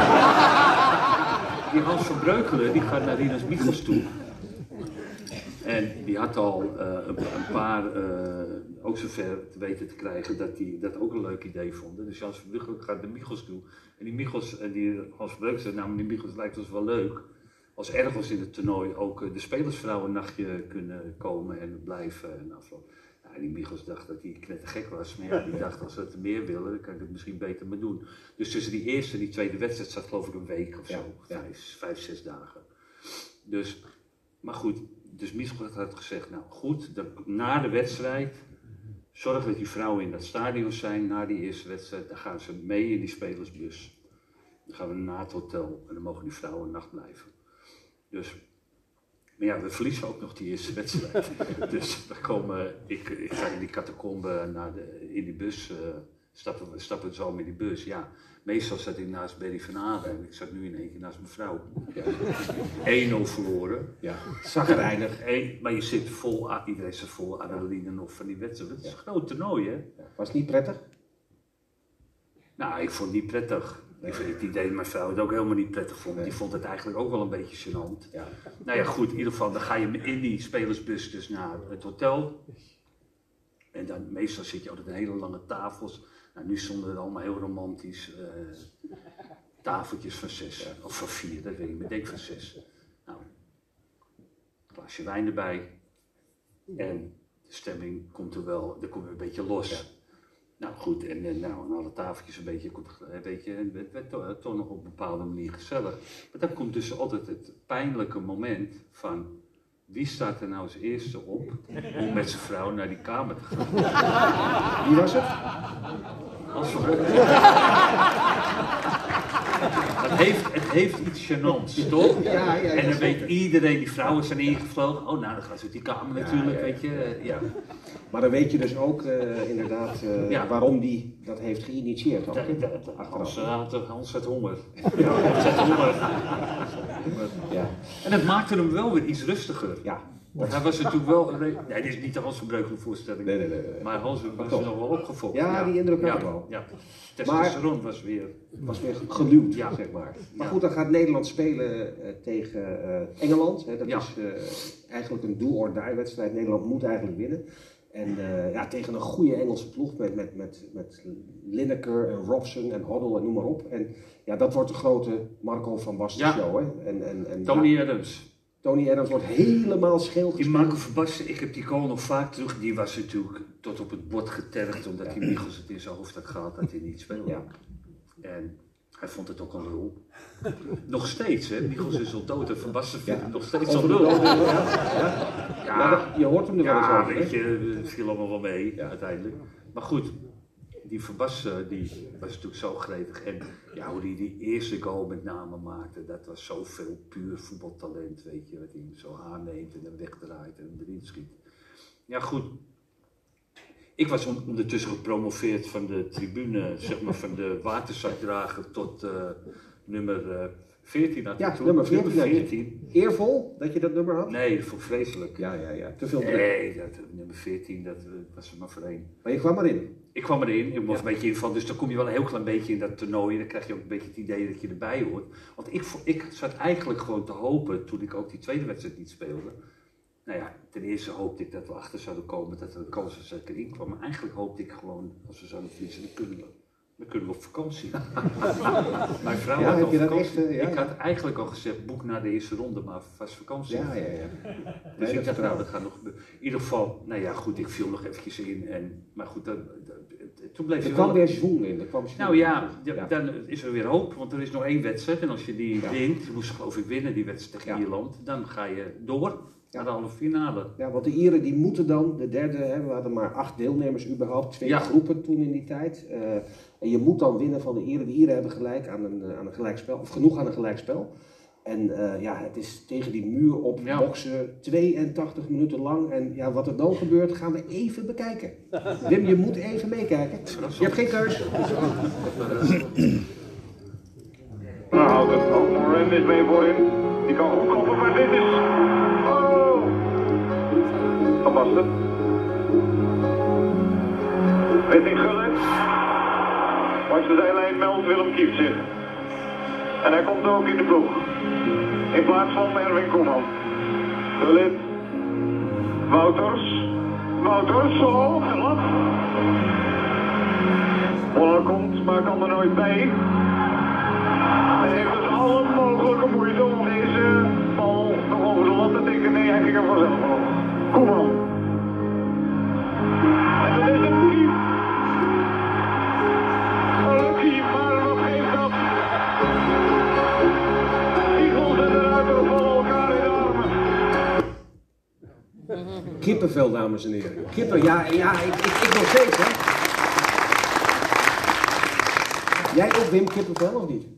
Die Hans van Breukelen die gaat naar Rinus Michels toe. En die had al uh, een, een paar uh, ook zover te weten te krijgen dat die dat ook een leuk idee vonden. Dus Hans van Breukelen gaat naar Michels toe. En die Michels en die Hans van Breukelen zei, nou maar die Michels lijkt ons wel leuk. Als ergens in het toernooi ook uh, de spelersvrouwen een nachtje kunnen komen en blijven en afloop. Ja, die Michels dacht dat hij knettergek was, maar ja, die dacht als we het meer willen, dan kan ik het misschien beter maar doen. Dus tussen die eerste en die tweede wedstrijd zat geloof ik een week of zo, Ja, ja. Vijf, vijf, zes dagen. Dus, maar goed, dus Michels had gezegd, nou goed, dan, na de wedstrijd, zorg dat die vrouwen in dat stadion zijn, na die eerste wedstrijd, dan gaan ze mee in die spelersbus. Dan gaan we naar het hotel en dan mogen die vrouwen een nacht blijven. Dus, maar ja, we verliezen ook nog die eerste wedstrijd. Dus we komen, ik, ik ga in die catacombe naar de, in die bus uh, stappen we stappen zo met die bus. Ja, meestal zat ik naast Berry van Aden en ik zat nu in één keer naast mijn vrouw. Ja. één nul verloren. Ja, zagrijnig. Eén, maar je zit vol, iedereen zit vol adrenaline nog van die wedstrijd. Het is een groot toernooi, hè? Ja. Was het niet prettig? Nou, ik vond het niet prettig. Ik vind het idee dat mijn vrouw het ook helemaal niet prettig vond. Nee. Die vond het eigenlijk ook wel een beetje gênant. Ja. Nou ja, goed, in ieder geval, dan ga je in die spelersbus dus naar het hotel. En dan meestal zit je altijd aan hele lange tafels. Nou, nu stonden er allemaal heel romantisch uh, tafeltjes van zes. Ja. Of van vier, dat weet ik, maar ik denk van zes. Nou, een glaasje wijn erbij. En de stemming komt er wel, dan kom je een beetje los. Ja. Nou goed, en, en nou, aan alle tafeltjes een beetje, een beetje het werd toch, toch nog op een bepaalde manier gezellig. Maar dan komt dus altijd het pijnlijke moment van wie staat er nou als eerste op om met zijn vrouw naar die kamer te gaan. Wie was het? Als het, heeft, het heeft iets gênants, toch? Ja, ja, en dan weet iedereen, die vrouwen zijn ingevlogen. Oh, nou dan gaan ze uit die kamer natuurlijk, ja, ja, ja. weet je. Ja. Maar dan weet je dus ook uh, inderdaad uh, ja. waarom die dat heeft geïnitieerd. Ook, da, da, da, Hans, uh, Hans had honger. Ja, Hans had honger. Ja. En het maakte hem wel weer iets rustiger. Ja. Want hij was natuurlijk wel, nee, dit is niet de Hans Verbreukelijke voorstelling, nee, nee, nee, nee. maar Hans was er nog wel opgefokt. Ja, ja, die indruk had ik ja, wel. Ja. Testosteron was weer... was weer geluwd, ja. zeg maar. Maar ja. goed, dan gaat Nederland spelen uh, tegen uh, Engeland. Hè. Dat ja. is uh, eigenlijk een do-or-die wedstrijd. Nederland moet eigenlijk winnen. En uh, ja, tegen een goede Engelse ploeg met, met, met, met Lineker en Robson en Hoddle en noem maar op. En ja, dat wordt de grote Marco van Basten ja. show. Hè. En, en, en, Tony ja, Adams. Tony Adams wordt helemaal scheel gespeeld. Die Marco van Basten, ik heb die goal nog vaak terug. Die was natuurlijk tot op het bord getergd omdat ja. die Michels het in zijn hoofd had gehad dat hij niet speelde. Ja. En hij vond het ook een lul. Nog steeds, hè? Michels is al dood en Van Basten vindt ja. hem nog steeds een lul. Ja. Ja. Ja. Ja, je hoort hem er wel eens ja, over. Weet je, het viel allemaal wel mee ja. uiteindelijk. Maar goed, die Van Basten die was natuurlijk zo gretig. En ja, hoe die die eerste goal met name maakte, dat was zoveel puur voetbaltalent, weet je. Wat hij zo aanneemt en dan wegdraait en erin schiet. Ja, goed. Ik was ondertussen gepromoveerd van de tribune, zeg maar van de waterzakdrager tot uh, nummer uh, veertien. Had ja, toen. nummer veertien. veertien. Eervol dat je dat nummer had? Nee, dat vond ik vreselijk. Ja, ja, ja. Te veel druk. Nee, dat, nummer veertien, dat uh, was er maar voor één. Maar je kwam erin? Ik kwam erin, ik was ja. een beetje invallen, dus dan kom je wel een heel klein beetje in dat toernooi. Dan krijg je ook een beetje het idee dat je erbij hoort. Want ik, ik zat eigenlijk gewoon te hopen, toen ik ook die tweede wedstrijd niet speelde. Nou ja, ten eerste hoopte ik dat we achter zouden komen, dat er een kans was dat ik erin kwam. Maar eigenlijk hoopte ik gewoon, als we zouden verliezen, dan kunnen we, dan kunnen we op vakantie. Mijn vrouw ja, had al vakantie. Echt, uh, ja. Ik had eigenlijk al gezegd, boek na de eerste ronde, maar vast vakantie. Ja, ja, ja. Dus nee, ik dacht, nou, dat gaat nog gebeuren. In ieder geval, nou ja, goed, ik viel nog eventjes in. En, maar goed, dat, dat, toen bleef er je kwam wel... weer zwoel in. Er kwam nou ja, ja, dan is er weer hoop, want er is nog één wedstrijd. En als je die ja. wint, je moest geloof ik winnen, die wedstrijd tegen ja. Ierland, dan ga je door. Ja. Naar de halve finale. Ja, want de Ieren die moeten dan, de derde, hè, we hadden maar acht deelnemers überhaupt, twee ja. groepen toen in die tijd. Uh, en je moet dan winnen van de Ieren. De Ieren hebben gelijk aan een, aan een gelijkspel, of genoeg aan een gelijkspel. En uh, ja, het is tegen die muur op ja. boksen, tweeëntachtig minuten lang. En ja, wat er dan gebeurt, gaan we even bekijken. Wim, je moet even meekijken. Je hebt geen keus. Nou, de Morin is mee voorin. Die kan goed koppen, maar dit is... Oh! Van Basten. Richting Gullit. Langs de zijlijn meldt Willem Kieft zich. En hij komt ook in de ploeg. In plaats van Erwin Koeman. Gullit. Wouters. Wouters, oh, glad. Waller komt, maar kan er nooit bij. Hij heeft dus alle mogelijke moeite om deze bal nog over de lat te tikken. Nee, hij ging er vanzelf over. Koeman. En dat is een Kieft. Oh, Kieft, maar wat geeft dat? Eagles en de Ruiter vallen elkaar in de armen. Kippenvel, dames en heren. Kippen, ja, ja ik, ik, ik nog steeds, hè. Jij ook, Wim, kippenvel of niet?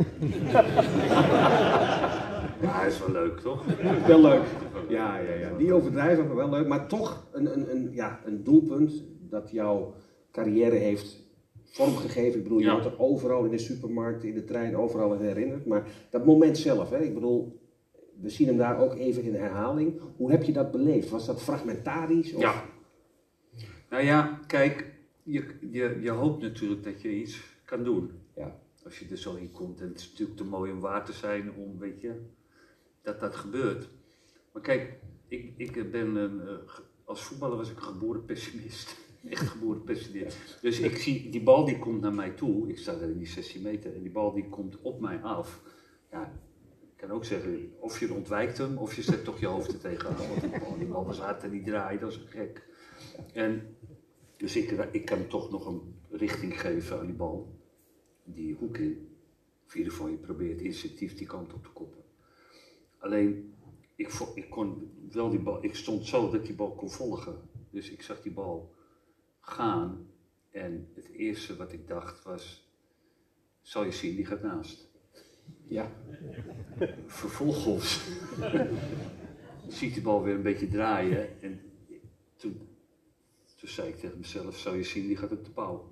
Ja, hij is wel leuk, toch? Wel leuk. Ja, ja, ja. Die overdrijven, maar wel leuk. Maar toch een, een, een, ja, een doelpunt dat jouw carrière heeft vormgegeven. Ik bedoel, je Ja. wordt er overal in de supermarkt, in de trein, overal aan herinnerd. Maar dat moment zelf, hè, ik bedoel, we zien hem daar ook even in herhaling. Hoe heb je dat beleefd? Was dat fragmentarisch? Of? Ja. Nou ja, kijk, je, je, je hoopt natuurlijk dat je iets kan doen. Ja. Als je er zo in komt. En het is natuurlijk te mooi om waar te zijn om, weet je, dat dat gebeurt. Maar kijk, ik, ik ben een, uh, als voetballer was ik een geboren pessimist. Echt geboren pessimist. Dus ik zie, die bal die komt naar mij toe. Ik sta daar in die zestien meter en die bal die komt op mij af. Ja, ik kan ook zeggen, of je ontwijkt hem of je zet toch je hoofd er tegenaan. Want die bal, die bal was hard en die draait als een gek. En dus ik, ik kan toch nog een richting geven aan die bal. Die hoek in. Of in ieder geval je probeert instinctief die kant op te koppen. Alleen, ik, ik kon wel die bal, ik stond zo dat ik die bal kon volgen. Dus ik zag die bal gaan en het eerste wat ik dacht was, zal je zien, die gaat naast. Ja. Vervolgens zie ik die bal weer een beetje draaien en toen, toen zei ik tegen mezelf, zal je zien, die gaat op de paal.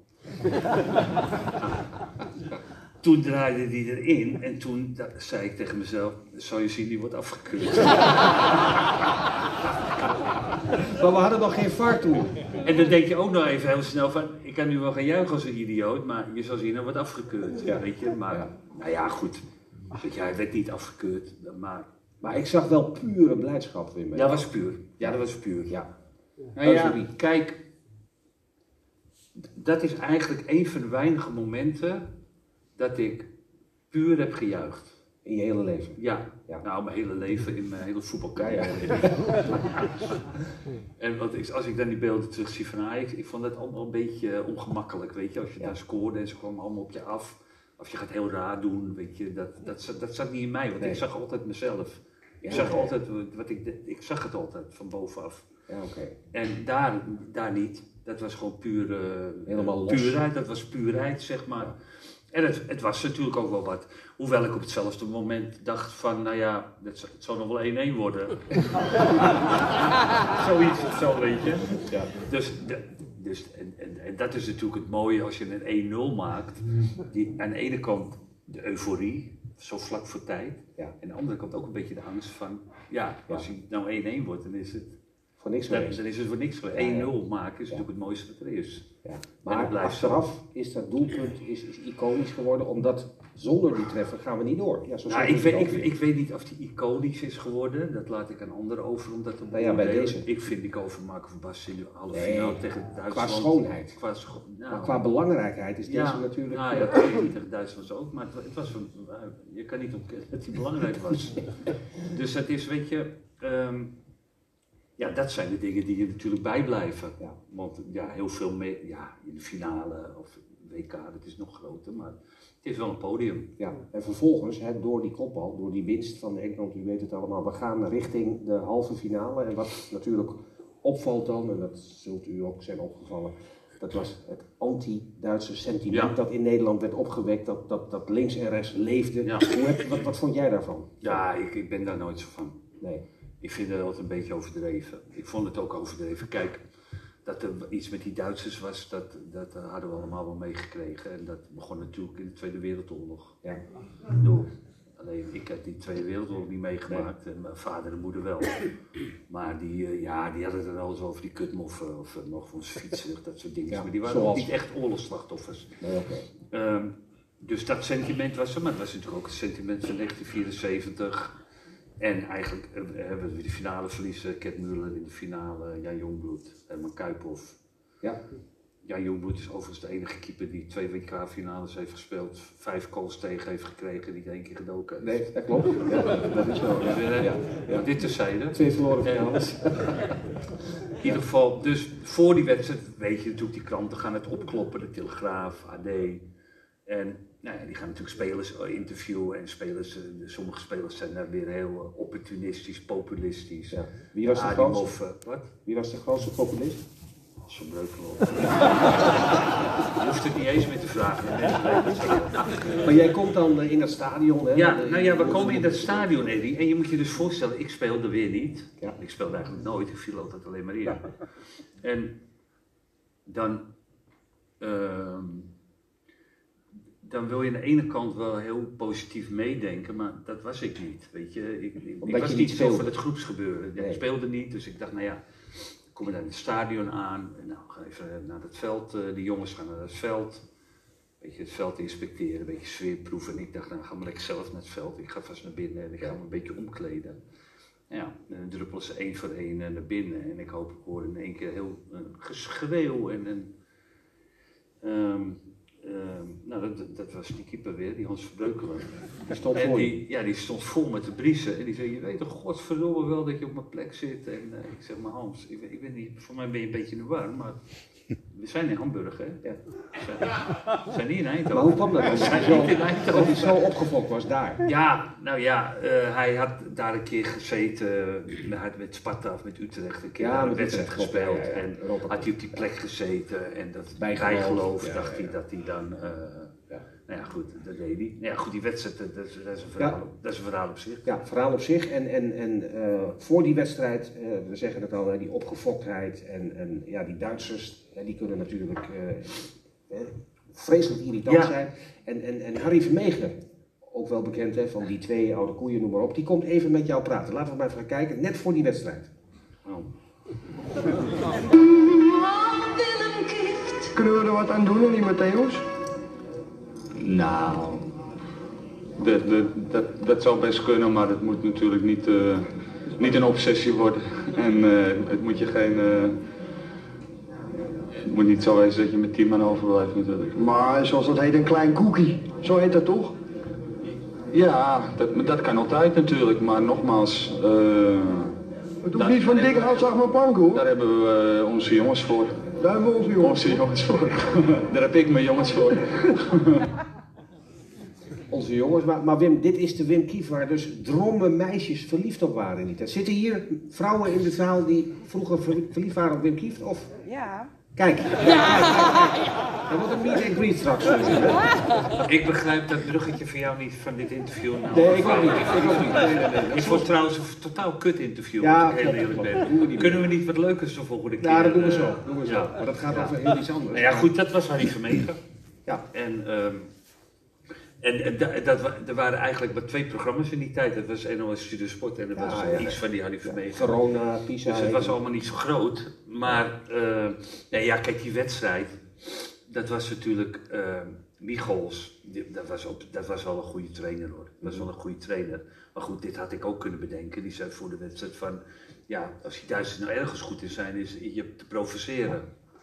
Toen draaide die erin en toen zei ik tegen mezelf, zal je zien, die wordt afgekeurd. Maar we hadden nog geen V A R toen. En dan denk je ook nog even heel snel van, ik kan nu wel gaan juichen als een idioot, maar je zal zien, dat wordt afgekeurd. Ja. Weet je, maar Ja. nou ja, goed. Weet je, hij werd niet afgekeurd, maar Maar ik zag wel pure blijdschap weer mee. dat was puur. Ja, dat was puur. Ja. Nou ja, Euforie. kijk, dat is eigenlijk een van de weinige momenten dat ik puur heb gejuicht. In je hele leven. Ja, Ja. nou mijn hele leven, in mijn hele voetbalcarrière. Ja, En want ik, als ik dan die beelden terugzie van Ajax, ik vond het allemaal een beetje ongemakkelijk, weet je. Als je Ja. daar scoorde en ze kwamen allemaal op je af. Of je gaat heel raar doen, weet je. Dat, dat, zat- dat zat niet in mij, want Nee. ik zag altijd mezelf. Ik Ja, zag ja. altijd wat ik, de- ik zag het altijd van bovenaf. Ja, oké. En daar, daar niet. Dat was gewoon puur, eh, Helemaal los. puurheid, dat was puurheid, zeg maar. En het, het was natuurlijk ook wel wat. Hoewel ik op hetzelfde moment dacht van, nou ja, het, zal- het zal nog wel één-één worden. Zoiets of zo, weet je. Ja. Dus, de, dus en, en, en dat is natuurlijk het mooie als je een één nul maakt. Die, aan de ene kant de euforie, zo vlak voor tijd. Ja. En aan de andere kant ook een beetje de angst van, ja, als Ja. hij nou één-één wordt, dan is het... Voor niks Dan, geweest. dan is het voor niks geweest. Ja, ja. één nul maken is Ja. natuurlijk het mooiste wat er is. Ja. En Maar dat blijft zo. achteraf is dat doelpunt is, is iconisch geworden, omdat zonder die treffer gaan we niet door. Ja, zo Nou, zegt ik, het weet, ook ik, weer. ik weet niet of die iconisch is geworden. Dat laat ik aan anderen over om dat te Nou ja, bij beoordelen. deze. Ik vind die goal van Marco van Basten in de halve Nee, finale tegen Duitsland. qua schoonheid. Qua scho nou, Maar qua belangrijkheid is deze ja, natuurlijk... Nou eh, ja, dat weet ik tegen Duitsland ook. Maar het, wa- het was een, je kan niet ontkennen dat hij belangrijk was. Dus dat is, weet je... ehm, ja, dat zijn de dingen die je natuurlijk bijblijven. Ja. Want ja, heel veel mee, ja, in de finale of W K, dat is nog groter, maar het is wel een podium. Ja, en vervolgens, hè, door die kopbal, door die winst van Engeland, u weet het allemaal, we gaan richting de halve finale. En wat natuurlijk opvalt dan, en dat zult u ook zijn opgevallen, dat was het anti-Duitse sentiment Ja. dat in Nederland werd opgewekt, dat, dat, dat links en rechts leefde. Ja. Hoe heb, wat, wat vond jij daarvan? Ja, ik, ik ben daar nooit zo van. Nee. Ik vind het altijd een beetje overdreven. Ik vond het ook overdreven. Kijk, dat er iets met die Duitsers was, dat, dat hadden we allemaal wel meegekregen. En dat begon natuurlijk in de Tweede Wereldoorlog. Ja. Ik bedoel, alleen ik heb die Tweede Wereldoorlog niet meegemaakt en mijn vader en moeder wel. Maar die, eh, ja, die hadden het wel eens over die kutmoffen of uh, nog ons fietsen, dat soort dingen. Ja, Maar die waren ook zoals- niet echt oorlogsslachtoffers. Nee, oké. Ehm, dus dat sentiment was er, maar het was natuurlijk ook het sentiment van negentien vierenzeventig. En eigenlijk eh, hebben we de finale verliezen, Ket Muller in de finale, Jan Jongbloed, Herman Kuiphoff. Ja. Jan Jongbloed is overigens de enige keeper die twee W K-finales heeft gespeeld, vijf goals tegen heeft gekregen, niet één keer gedoken heeft. Nee, dat klopt. Ja, dat is zo. Ja. Dus, eh, Ja. Ja. Dit terzijde. Twee verloren En- finales. In ieder geval, dus voor die wedstrijd weet je natuurlijk, die kranten gaan het opkloppen, de Telegraaf, A D. En nou ja, die gaan natuurlijk spelers eh, interviewen en spelers, eh, sommige spelers zijn daar weer heel eh, opportunistisch, populistisch. Ja. Wie was de Adimov, grootste? eh, wat? Wie was de grootste populist? Zo'n breukel. Je hoeft het niet eens meer te vragen. hè, mensen weten het zo. Maar jij komt dan eh, in dat stadion, hè? Ja, De- nou ja, we komen in dat stadion, Eddie, en je moet je dus voorstellen, ik speelde weer niet. Ja. Ik speelde eigenlijk nooit, ik viel altijd alleen maar in. En dan, ehm, dan wil je aan de ene kant wel heel positief meedenken, maar dat was ik niet, weet je. Ik, ik, ik was niet zo van het groepsgebeuren. Ja, nee. Ik speelde niet, dus ik dacht, nou ja, kom je naar het stadion aan, nou, ga even naar het veld, uh, die jongens gaan naar het veld. Weet je, het veld inspecteren, een beetje sfeerproeven. En ik dacht, nou ga maar lekker zelf naar het veld. Ik ga vast naar binnen en ik ga me een beetje omkleden. Ja, dan druppelen ze één voor één naar binnen. En ik hoop, ik hoor in één keer heel uh, geschreeuw en een... Um, um, nou, dat, dat was die keeper weer, die Hans Verbreukelen. Die stond en voor die, ja, die stond vol met de briezen. En die zei, je weet toch godverdomme wel dat je op mijn plek zit. En uh, ik zeg, maar Hans, ik, ik weet niet, voor mij ben je een beetje in de war, maar... We zijn in Hamburg, hè? Ja. We zijn, we zijn niet in Eindhoven. Maar hoe kwam dat? We zijn zo, niet in Eindhoven. Dat hij zo opgefokt was daar. Ja, nou ja, uh, hij had daar een keer gezeten. Hij had met Sparta of met Utrecht een keer ja, een wedstrijd Utrecht, gespeeld. ja, ja, ja. En Europa. had hij op die plek gezeten. En dat bijgeloof, bijgeloof ja, dacht ja, hij ja. dat hij dan... Uh, ja. Nou ja, goed, dat deed hij. Nou ja, goed, die wedstrijd, dat is, dat is, een, verhaal, ja. dat is een verhaal op zich. Ja, verhaal op zich. En, en, en uh, voor die wedstrijd, uh, we zeggen het al, die opgefoktheid en, en ja, die Duitsers, ja, die kunnen natuurlijk uh, uh, vreselijk irritant ja. zijn. En, en, en Harry Vermegen, ook wel bekend hè, van die twee oude koeien, noem maar op, die komt even met jou praten. Laten we maar even gaan kijken, net voor die wedstrijd. Oh. Kunnen we er wat aan doen, niet Matthäus? Nou, dat, dat, dat, dat zou best kunnen, maar het moet natuurlijk niet, uh, niet een obsessie worden. En uh, het moet je geen... Uh, het moet niet zo wezen dat je met tien man overblijft natuurlijk. Maar zoals dat heet, een klein cookie. Zo heet dat toch? Ja, dat, dat kan altijd natuurlijk, maar nogmaals... Uh, het hoeft niet van dikke hout, zeg maar plank hoor. Daar hebben we uh, onze jongens voor. Daar hebben we onze jongens, onze jongens voor. Daar heb ik mijn jongens voor. Onze jongens, maar, maar Wim, dit is de Wim Kief waar dus dromme meisjes verliefd op waren in die tijd. Zitten hier vrouwen in de zaal die vroeger verliefd waren op Wim Kief? Of? Ja. Kijk, ja. Kijk, kijk, kijk. Er wordt een meet and greet straks. Ik begrijp dat bruggetje van jou niet van dit interview. Nou, nee, ik ook niet. Ik ook niet. Nee, nee, nee. Ik vond trouwens een totaal kut interview, ja, als ik heel eerlijk ben. Kunnen we niet wat leukers de volgende keer? Ja, dat doen we zo. Doen we zo. Ja. Maar dat gaat ja. over heel iets anders. Nou ja, goed, dat was Harry Vermegen. Ja. En, um, en, en dat, dat, er waren eigenlijk maar twee programma's in die tijd. Dat was N O S Studio Sport en dat ja, was ja, iets van die Harry Vermegen. Ja, Verona, Pisa. Dus het was allemaal niet zo groot. Maar uh, nee, ja, kijk, die wedstrijd, dat was natuurlijk uh, Michels. Die, dat, was op, dat was wel een goede trainer hoor. Dat was wel een goede trainer. Maar goed, dit had ik ook kunnen bedenken. Die zei voor de wedstrijd van, ja, als die Duitsers nou ergens goed in zijn, is je te provoceren.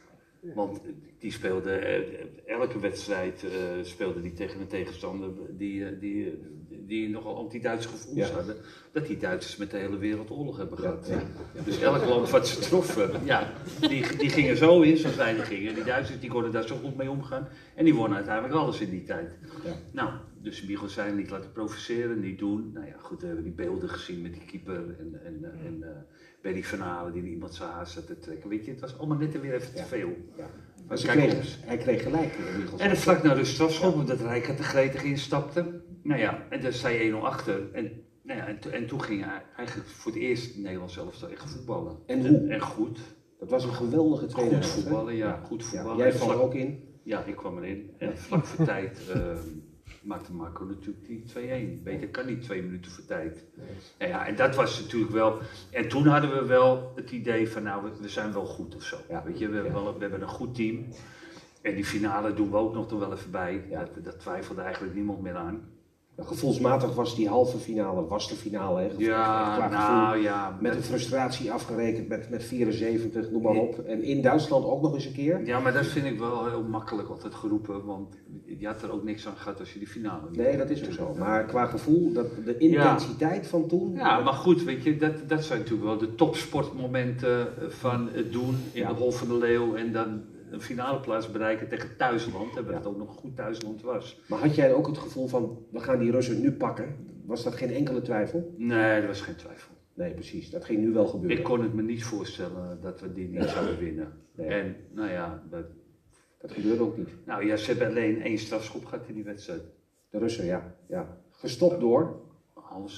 Want die speelde, elke wedstrijd uh, speelde die tegen een tegenstander die, uh, die, die nogal anti-Duitse gevoelens ja. hadden. Dat die Duitsers met de hele wereld oorlog hebben gehad. Ja. Ja. Dus elk land wat ze troffen, ja, die, die gingen zo in zoals wij die gingen. Die Duitsers die konden daar zo goed mee omgaan. En die wonnen uiteindelijk alles in die tijd. Ja. Nou, dus Michel zei niet laten provoceren, niet doen. Nou ja, goed, we hebben die beelden gezien met die keeper en... en, en uh, bij die finale die iemand zijn haar zat te trekken. Weet je, het was allemaal net en weer even te veel. Ja. Maar ze kreeg, hij kreeg gelijk. En dan vlak naar de strafschop, ja. omdat Rijkaard er gretig instapte. Nou ja, en daar sta je één nul achter. En, nou ja, en, to, en toen ging hij eigenlijk voor het eerst Nederland zelf echt voetballen. En hoe? En, en goed. Dat was een geweldige tweede Goed voetballen, ja. ja. Goed voetballen. Ja, jij kwam er ook in? Ja, ik kwam erin. En vlak voor tijd... Uh, maakte Marco natuurlijk die twee-één. Beter kan niet twee minuten voor tijd. Nou ja, en dat was natuurlijk wel... En toen hadden we wel het idee van, nou, we, we zijn wel goed of zo. Ja. Weet je, we hebben, wel, we hebben een goed team. En die finale doen we ook nog wel even bij. Ja. Dat, dat twijfelde eigenlijk niemand meer aan. Ja, gevoelsmatig was die halve finale, was de finale, hè? Gevoel, ja, nou ja. Met de frustratie afgerekend, met, met vierenzeventig, noem maar op. En in Duitsland ook nog eens een keer. Ja, maar dat vind ik wel heel makkelijk altijd geroepen, want je had er ook niks aan gehad als je die finale niet. Nee, dat is ook zo. Maar qua gevoel, dat, de intensiteit ja. van toen... Ja, maar goed, weet je, dat, dat zijn natuurlijk wel de topsportmomenten van het doen in ja. de Hol van de Leeuw en dan... een finale plaats bereiken tegen thuisland, en ja. het ook nog een goed thuisland was. Maar had jij ook het gevoel van, we gaan die Russen nu pakken? Was dat geen enkele twijfel? Nee, er was geen twijfel. Nee, precies. Dat ging nu wel gebeuren. Ik kon het me niet voorstellen dat we die niet nee. zouden winnen. Nee. En, nou ja... Dat, dat gebeurde ook niet. Nou ja, ze hebben alleen één strafschop gehad in die wedstrijd. De Russen, ja. ja. Gestopt door? Hans.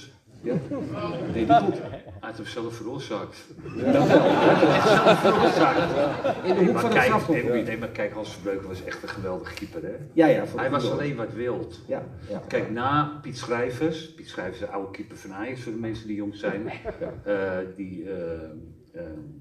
Ja, dat deed hij goed. Hij had hem zelf veroorzaakt. Ja, dat wel. Zelf veroorzaakt. In de hoek Maar van het kijk, strafschop. nee, nee, maar kijk, Hans Verbreuken was echt een geweldige keeper, hè? Ja, ja. voor Hij de was goede alleen wat wild. Ja, ja. Kijk, na Piet Schrijvers, Piet Schrijvers is de oude keeper van Ajax voor de mensen die jong zijn, uh, die, uh, uh,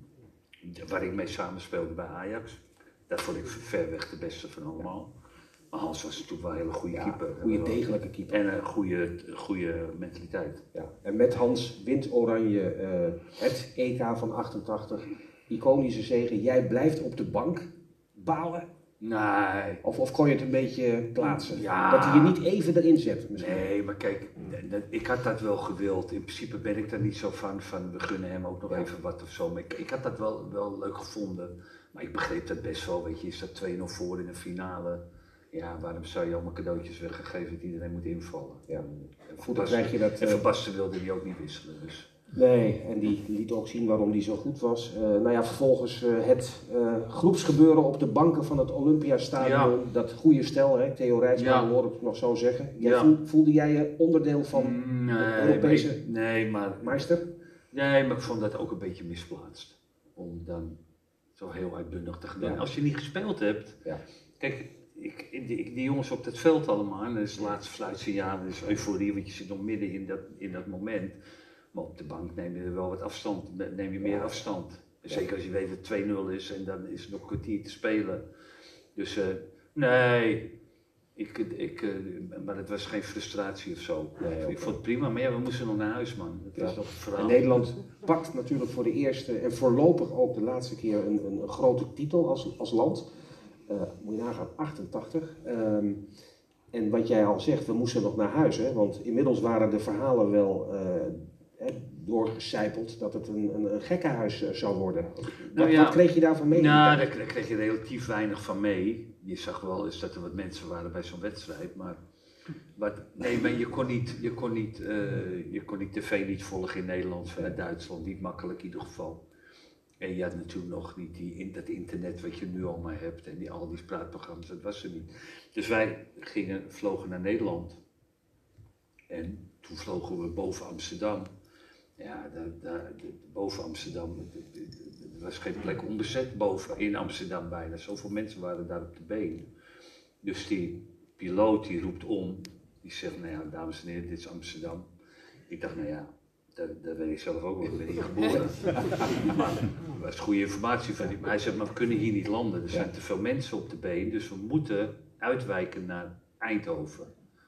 waar ik mee samenspeelde bij Ajax. Dat vond ik ver weg de beste van allemaal. Maar Hans was natuurlijk wel een hele goede Ja, keeper. goede degelijke keeper. En een goede, goede mentaliteit. Ja. En met Hans wint Oranje uh, het E K van achtentachtig. Iconische zege. Jij blijft op de bank balen. Nee. Of, of kon je het een beetje plaatsen? Ja. Dat hij je niet even erin zet misschien. Nee, maar kijk, ik had dat wel gewild. In principe ben ik daar niet zo van, van we gunnen hem ook nog Ja. even wat of zo. Maar ik, ik had dat wel, wel leuk gevonden. Maar ik begreep dat best wel, weet je, is dat twee nul voor in een finale. Ja, waarom zou je allemaal cadeautjes weggegeven dat iedereen moet invallen? Ja. En Goed, Van dan krijg je dat... Basten- En uh, Van Basten wilde die ook niet wisselen, dus... Nee, en die liet ook zien waarom die zo goed was. Uh, nou ja, vervolgens uh, het uh, groepsgebeuren op de banken van het Olympiastadion. Ja. Dat goede stel, hè? Theo Rijtsma, Ja. hoor ik het nog zo zeggen. Jij Ja. voel, voelde jij je onderdeel van Nee, de Europese maar ik- nee, maar, meester? nee, maar ik vond dat ook een beetje misplaatst. Om dan zo heel uitbundig te gaan doen. Ja. Als je niet gespeeld hebt... Ja. Kijk, ik, die, die jongens op dat veld allemaal, en dat is het laatste fluitsignaal, dat is euforie, want je zit nog midden in dat, in dat moment. Maar op de bank neem je er wel wat afstand, neem je meer Ja. afstand. Zeker als je weet dat het twee nul is en dan is het nog een kwartier te spelen. Dus uh, nee, ik, ik, uh, maar het was geen frustratie of zo. Nee, ik ook vond het prima, maar ja, we moesten nog naar huis, man. Het Ja. was nog een verhaal. En Nederland pakt natuurlijk voor de eerste en voorlopig ook de laatste keer een, een, een grote titel als, als land. Uh, moet je nagaan, achtentachtig. Um, en wat jij al zegt, we moesten nog naar huis, hè? Want inmiddels waren de verhalen wel uh, hè, doorgecijpeld dat het een, een, een gekkenhuis uh, zou worden. Nou wat, ja, wat kreeg je daarvan mee? Nou, daar, daar kreeg je relatief weinig van mee. Je zag wel eens dat er wat mensen waren bij zo'n wedstrijd, maar, maar nee, maar je kon niet, je kon niet, uh, je kon niet tv niet volgen in Nederland vanuit Duitsland, niet makkelijk in ieder geval. En je had natuurlijk nog niet die, in, dat internet wat je nu allemaal hebt en die, al die spraakprogramma's, dat was er niet. Dus wij gingen, vlogen naar Nederland en toen vlogen we boven Amsterdam. Ja, daar, daar, boven Amsterdam, er was geen plek onbezet boven in Amsterdam bijna. Zoveel mensen waren daar op de been. Dus die piloot die roept om, die zegt, nou ja, dames en heren, dit is Amsterdam. Ik dacht, nou ja, dat, dat weet ik zelf ook wel, ik ben hier geboren. Maar dat was goede informatie van hem. Hij zegt, maar we kunnen hier niet landen, er zijn te veel mensen op de been, dus we moeten uitwijken naar Eindhoven.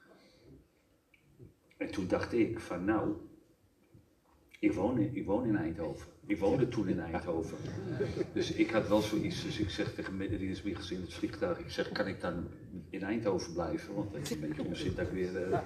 En toen dacht ik van, nou, ik woon in, ik woon in Eindhoven. Ik woonde toen in Eindhoven. Dus ik had wel zoiets, dus ik zeg tegen Rinus Michels in het vliegtuig, ik zeg, kan ik dan in Eindhoven blijven? Want het is een beetje onzin dat ik weer... Uh...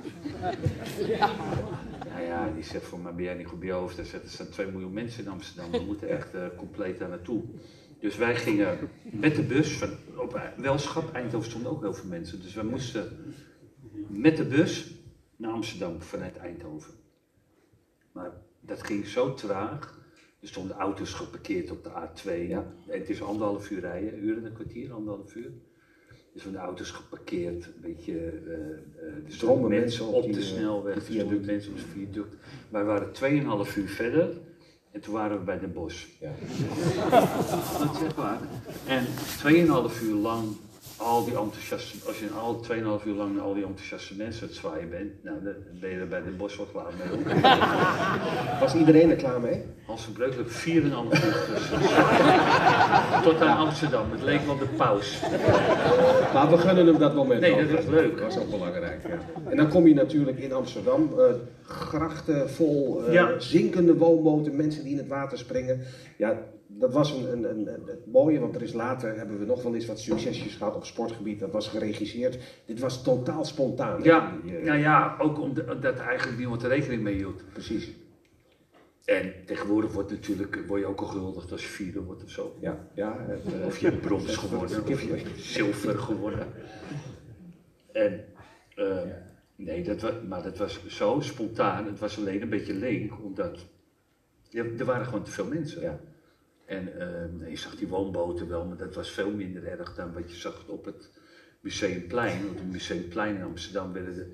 Nou ja, die zegt van, maar ben jij niet goed bij je hoofd? Hij zegt, er staan twee miljoen mensen in Amsterdam, we moeten echt uh, compleet daar naartoe. Dus wij gingen met de bus, van, op Welschap, Eindhoven stonden ook heel veel mensen, dus wij moesten met de bus naar Amsterdam vanuit Eindhoven. Maar dat ging zo traag. Er stonden auto's geparkeerd op de A twee. Ja. En het is anderhalf uur rijden, een uur en een kwartier, anderhalf uur. Er stonden auto's geparkeerd, een beetje. Uh, uh, er stonden mensen op, op de die, snelweg, er stonden mensen op de viaduct. Wij waren tweeënhalf uur verder en toen waren we bij Den Bosch. Ja. Dat is echt waar. En tweeënhalf uur lang. Al die enthousiaste, als je al tweeënhalf uur lang naar al die enthousiaste mensen het zwaaien bent, nou, dan ben je er bij de bos wel klaar mee. Was iedereen er klaar mee? Hans Verbreuken, vier en een half uur tussen. Tot aan Amsterdam, het leek wel de paus. Maar we gunnen hem dat moment. Nee, ook. dat was leuk. Dat was ook belangrijk, ja. En dan kom je natuurlijk in Amsterdam, uh, grachten vol, uh, ja. zinkende woonboten, mensen die in het water springen. Ja, dat was een, een, een, een mooie, want er is later, hebben we nog wel eens wat succesjes gehad op sportgebied, dat was geregisseerd. Dit was totaal spontaan. Ja, die, uh, nou ja, ook omdat er eigenlijk niemand er rekening mee hield. Precies. En tegenwoordig wordt natuurlijk, word je ook al gehuldigd als je vierde wordt of zo. Ja, ja. Het, uh, of je hebt brons gewonnen, of je hebt zilver gewonnen. En, uh, nee, dat was, maar dat was zo spontaan, het was alleen een beetje leeg, omdat ja, er waren gewoon te veel mensen. Ja. En uh, je zag die woonboten wel, maar dat was veel minder erg dan wat je zag op het Museumplein. Want op het Museumplein in Amsterdam werden de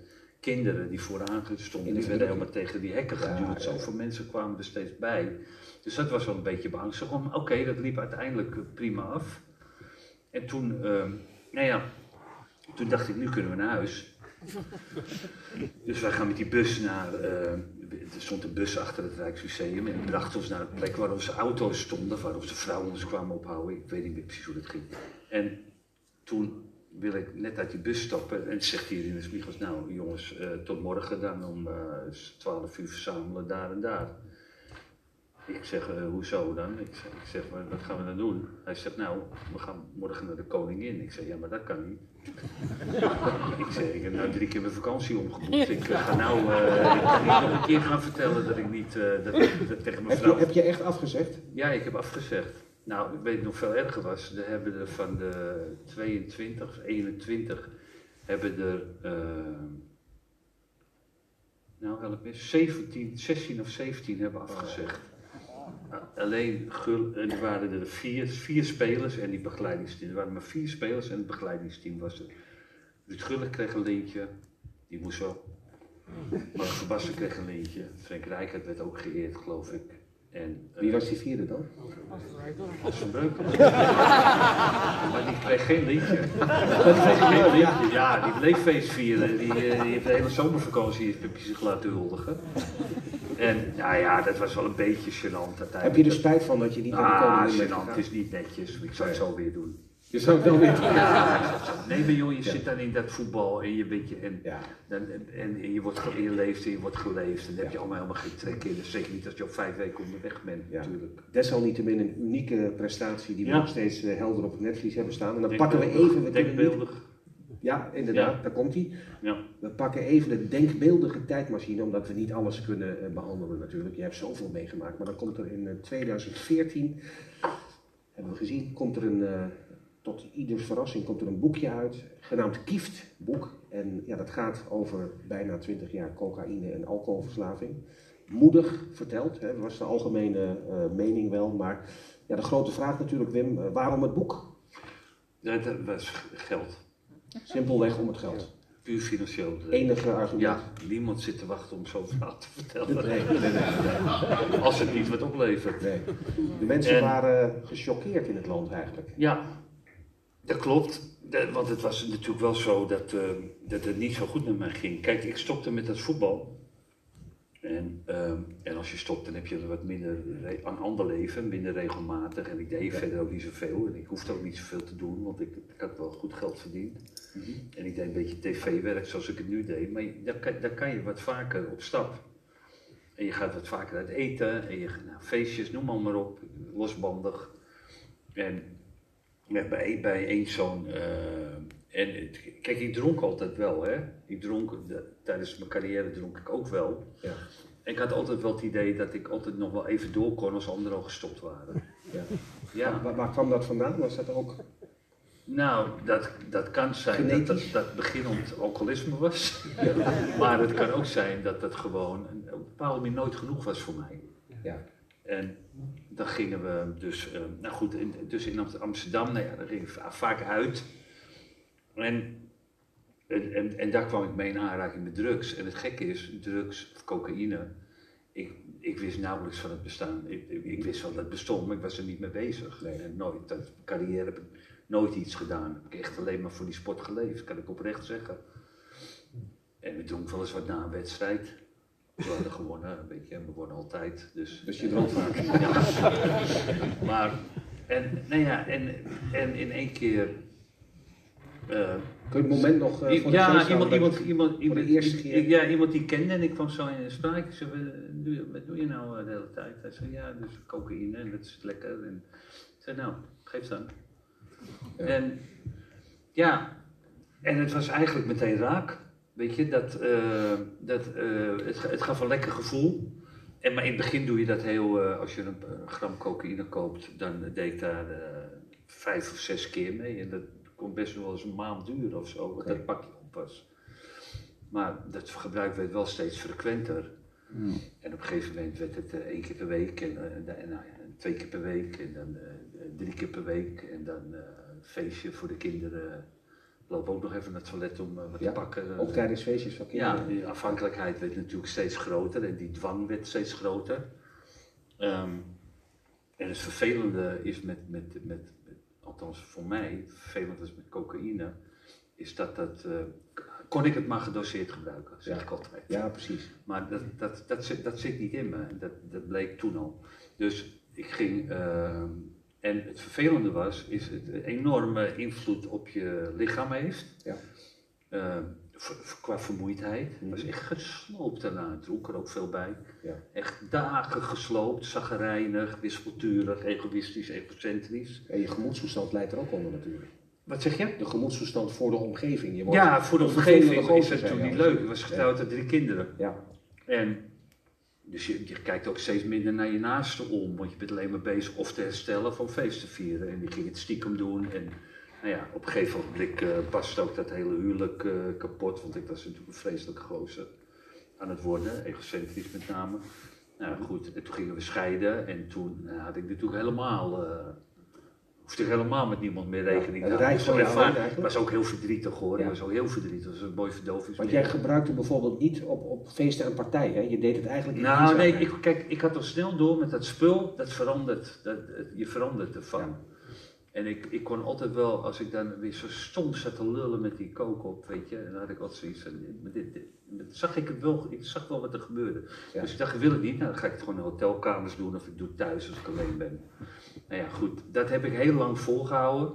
kinderen die vooraan stonden, die werden helemaal tegen die hekken geduwd. Ja, ja. Zoveel mensen kwamen er steeds bij. Dus dat was wel een beetje beangstigend. Oké, okay, dat liep uiteindelijk prima af. En toen, uh, nou ja, toen dacht ik, nu kunnen we naar huis. Dus wij gaan met die bus naar, uh, er stond een bus achter het Rijksmuseum en die bracht ons naar een plek waar onze auto's stonden, waar onze vrouwen ons kwamen ophouden. Ik weet niet meer precies hoe dat ging. En toen wil ik net uit die bus stappen en zegt hij in de spiegels, nou jongens, uh, tot morgen dan om uh, twaalf uur verzamelen daar en daar. Ik zeg, uh, hoezo dan? Ik zeg, ik zeg, wat gaan we dan doen? Hij zegt, nou, we gaan morgen naar de koningin. Ik zeg, ja, maar dat kan niet. Ik zeg, ik heb nou drie keer mijn vakantie omgeboekt. Ik uh, ga nou, uh, ik kan niet nog een keer gaan vertellen dat ik niet, uh, dat ik dat tegen mijn vrouw... Heb je, heb je echt afgezegd? Ja, ik heb afgezegd. Nou, ik weet nog veel erger was, er hebben er van de tweeëntwintig, eenentwintig, hebben er, uh, nou help me, zeventien, zestien of zeventien hebben afgezegd. Uh, alleen, Gul, en er waren er vier, vier spelers en die begeleidingsteam. Er waren maar vier spelers en het begeleidingsteam was er. Ruud Gullit kreeg een lintje, die moest wel. Mark Verbassen kreeg een lintje. Frank Rijkaard werd ook geëerd, geloof ik. En, uh, wie was die vierde dan? Als van Breukelen. Maar die kreeg geen lintje. Die kreeg geen lintje. Ja, die bleef feest vieren. Die, uh, die heeft de hele zomervakantie heeft Pippi zich laten huldigen. En nou ja, dat was wel een beetje gênant uiteindelijk. Heb je er spijt van dat je niet naar de koningin bent gegaan? Ah, het is niet netjes. Ik zou het zo weer doen. Je zou het wel weer doen. Ja, nee, maar joh, je ja. zit dan in dat voetbal en je weet je, en, ja. dan, en, en je wordt ge, je leeft en je wordt geleefd en dan heb je allemaal helemaal geen trek in. Dus zeker niet als je op vijf weken onderweg bent, ja. natuurlijk. Desalniettemin een unieke prestatie die we ja. nog steeds uh, helder op het netvlies hebben staan. En dan Denk pakken we even... We denkbeeldig. Niet, ja, inderdaad, ja. daar komt hij. Ja. We pakken even de denkbeeldige tijdmachine, omdat we niet alles kunnen uh, behandelen natuurlijk. Je hebt zoveel meegemaakt, maar dan komt er in uh, tweeduizend veertien, hebben we gezien, komt er een... Uh, tot ieders verrassing komt er een boekje uit, genaamd Kieft boek. En ja, dat gaat over bijna twintig jaar cocaïne en alcoholverslaving. Moedig verteld, hè, was de algemene uh, mening wel. Maar ja, de grote vraag natuurlijk, Wim, uh, waarom het boek? Ja, dat was geld. Simpelweg om het geld. Puur financieel. Enige argument. Ja, niemand zit te wachten om zo'n verhaal te vertellen. Nee, nee, nee, nee. Als het niet wat oplevert. Nee. De mensen en, waren gechoqueerd in het land eigenlijk. Ja. Dat klopt, want het was natuurlijk wel zo dat, uh, dat het niet zo goed met mij ging. Kijk, ik stopte met dat voetbal. En, uh, en als je stopt, dan heb je er wat minder aan ander leven, minder regelmatig. En ik deed ja. verder ook niet zoveel. En ik hoefde ook niet zoveel te doen, want ik, ik had wel goed geld verdiend. Mm-hmm. En ik deed een beetje tv-werk zoals ik het nu deed. Maar daar kan, daar kan je wat vaker op stap. En je gaat wat vaker uit eten, en je nou, feestjes, noem maar, maar op, losbandig. En... Ja, bij, bij één zo'n, uh, en kijk, ik dronk altijd wel, hè. Ik dronk, de, tijdens mijn carrière dronk ik ook wel. Ja. En ik had altijd wel het idee dat ik altijd nog wel even door kon als anderen al gestopt waren. Ja. Ja. Waar, waar kwam dat vandaan? Was dat ook? Nou, dat, dat kan zijn dat, dat dat beginnend alcoholisme was. Ja. Maar het kan ook zijn dat dat gewoon op een bepaalde manier nooit genoeg was voor mij. Ja. En dan gingen we dus, uh, nou goed, in, dus in Amsterdam, nou ja, daar ging ik vaak uit. En, en, en, en daar kwam ik mee in aanraking met drugs. En het gekke is, drugs of cocaïne, ik, ik wist nauwelijks van het bestaan. Ik, ik, ik wist wel dat het bestond, maar ik was er niet mee bezig. Nee. En nooit, dat carrière heb ik nooit iets gedaan. Heb ik echt alleen maar voor die sport geleefd, kan ik oprecht zeggen. En we dronken wel eens wat na een wedstrijd. We hadden gewonnen, een beetje, we wonnen altijd. Dus, dus je dronk vaak. Ja. Maar, en, nou ja, en, en in één keer... Uh, Kun je het moment nog uh, voor ja, de iemand, iemand, iemand, iemand, de eerste keer? Ik, ja, iemand die kende en ik kwam zo in spraak. Ik zei, wat doe je nou de hele tijd? Hij zei, ja, dus cocaïne en dat is lekker. En ik zei, nou, geef dan. Ja. En ja, en het was eigenlijk meteen raak. Weet je, dat, uh, dat, uh, het, het gaf een lekker gevoel. En, maar in het begin doe je dat heel, uh, als je een, een gram cocaïne koopt, dan deed ik daar uh, vijf of zes keer mee. En dat kon best wel eens een maand duren of zo, wat dat pakje op was. Maar dat gebruik werd wel steeds frequenter. Mm. En op een gegeven moment werd het uh, één keer per week, en, uh, en nou ja, twee keer per week, en dan uh, drie keer per week. En dan uh, een feestje voor de kinderen loop ook nog even naar het toilet om uh, wat Ja, te pakken. Ook tijdens feestjes van Ja, kinderen. die afhankelijkheid werd natuurlijk steeds groter en die dwang werd steeds groter. Um, en het vervelende is met, met, met, met, althans voor mij, het vervelende is met cocaïne, is dat dat, uh, kon ik het maar gedoseerd gebruiken, zeg Ja. ik altijd. Ja, precies. Maar dat, dat, dat, zit, dat zit niet in me, dat, dat bleek toen al. Dus ik ging, uh, en het vervelende was, is het een enorme invloed op je lichaam heeft. Ja. Uh, v- qua vermoeidheid. Ik was echt gesloopt daarna. Ik dronk er ook veel bij. Ja. Echt dagen gesloopt, chagrijnig, wispelturig, egoïstisch, egocentrisch. En je gemoedstoestand leidt er ook onder natuurlijk. Wat zeg je? De gemoedstoestand voor de omgeving. Je wordt Ja, voor de een vervelende omgeving is gozer, het zei toen je niet al. leuk. Ik was getrouwd met drie kinderen. Ja. En dus je, je kijkt ook steeds minder naar je naasten om, want je bent alleen maar bezig of te herstellen of om feest te vieren. En die ging het stiekem doen. En nou ja, op een gegeven moment uh, barst ook dat hele huwelijk uh, kapot, want ik was natuurlijk een vreselijke gozer aan het worden, egocentrisch met name. Nou goed, en toen gingen we scheiden en toen uh, had ik natuurlijk helemaal, uh, hoefde ik helemaal met niemand meer rekening Ja, te het houden. rijdt Dus voor jou ervaar- heen eigenlijk. was ook heel verdrietig hoor, Ja. het was ook heel verdrietig, het was een mooi verdovingsmiddel. Want jij gebruikte bijvoorbeeld niet op, op feesten en partijen, hè? Je deed het eigenlijk in Nou nee, eenzaamheid. ik, kijk, ik had al snel door met dat spul, dat verandert, dat, je verandert ervan. Ja. En ik, ik kon altijd wel, als ik dan weer zo stom zat te lullen met die kook op, weet je, en dan had ik altijd zoiets van, dit, dit, dit, dit zag ik het wel, ik zag wel wat er gebeurde. Ja. Dus ik dacht, ik wil het niet, nou dan ga ik het gewoon in hotelkamers doen of ik doe het thuis als ik alleen ben. Nou ja, goed, dat heb ik heel lang volgehouden,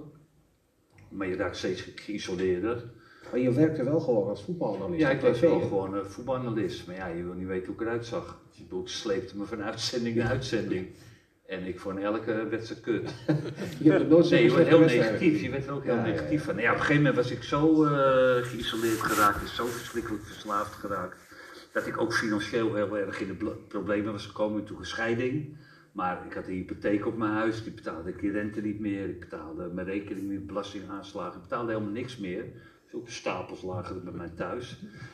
maar je raakt steeds geïsoleerder. Maar je werkte wel gewoon als voetbalanalist. Ja, op ik was tv, wel hè? gewoon een voetbalanalist, maar ja, je wil niet weten hoe ik eruit zag. Dus ik sleepte me van uitzending naar uitzending. En ik vond elke wedstrijd kut. Je hebt het nooit zo Nee, je wordt gezegd heel wedstrijden. negatief. Je werd er ook heel Ja, ja, negatief ja. van. Nou ja, op een gegeven moment was ik zo uh, geïsoleerd geraakt en zo verschrikkelijk verslaafd geraakt. Dat ik ook financieel heel erg in de bl- problemen was gekomen. Toen een scheiding. Maar ik had een hypotheek op mijn huis. Die betaalde ik die rente niet meer. Ik betaalde mijn rekening niet, belastingaanslagen. Ik betaalde helemaal niks meer. Dus ook de stapels lagen er bij mij thuis.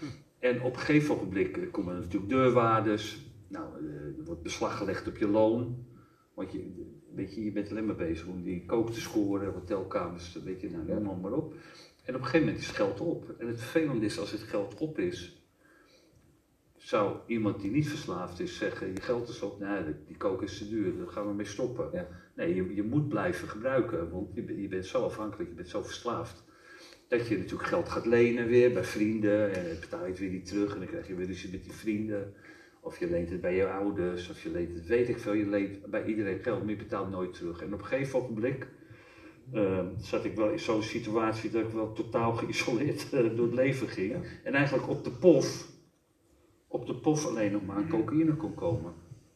En op een gegeven ogenblik komen er natuurlijk deurwaarders. Nou, uh, er wordt beslag gelegd op je loon. Want je, weet je, je bent alleen maar bezig om die kook te scoren, hotelkamers, weet je, nou, noem maar, maar op. En op een gegeven moment is het geld op. En het vervelende is, als het geld op is, zou iemand die niet verslaafd is zeggen, je geld is op, nee, die kook is te duur, daar gaan we mee stoppen. Ja. Nee, je, je moet blijven gebruiken, want je, je bent zo afhankelijk, je bent zo verslaafd. Dat je natuurlijk geld gaat lenen weer bij vrienden en dan betaal je het weer niet terug en dan krijg je weer ruzie met die vrienden. Of je leent het bij je ouders, of je leent het, weet ik veel, je leent bij iedereen geld, maar je betaalt nooit terug. En op een gegeven ogenblik uh, zat ik wel in zo'n situatie dat ik wel totaal geïsoleerd uh, door het leven ging. Ja. En eigenlijk op de pof, op de pof alleen nog maar aan cocaïne kon komen.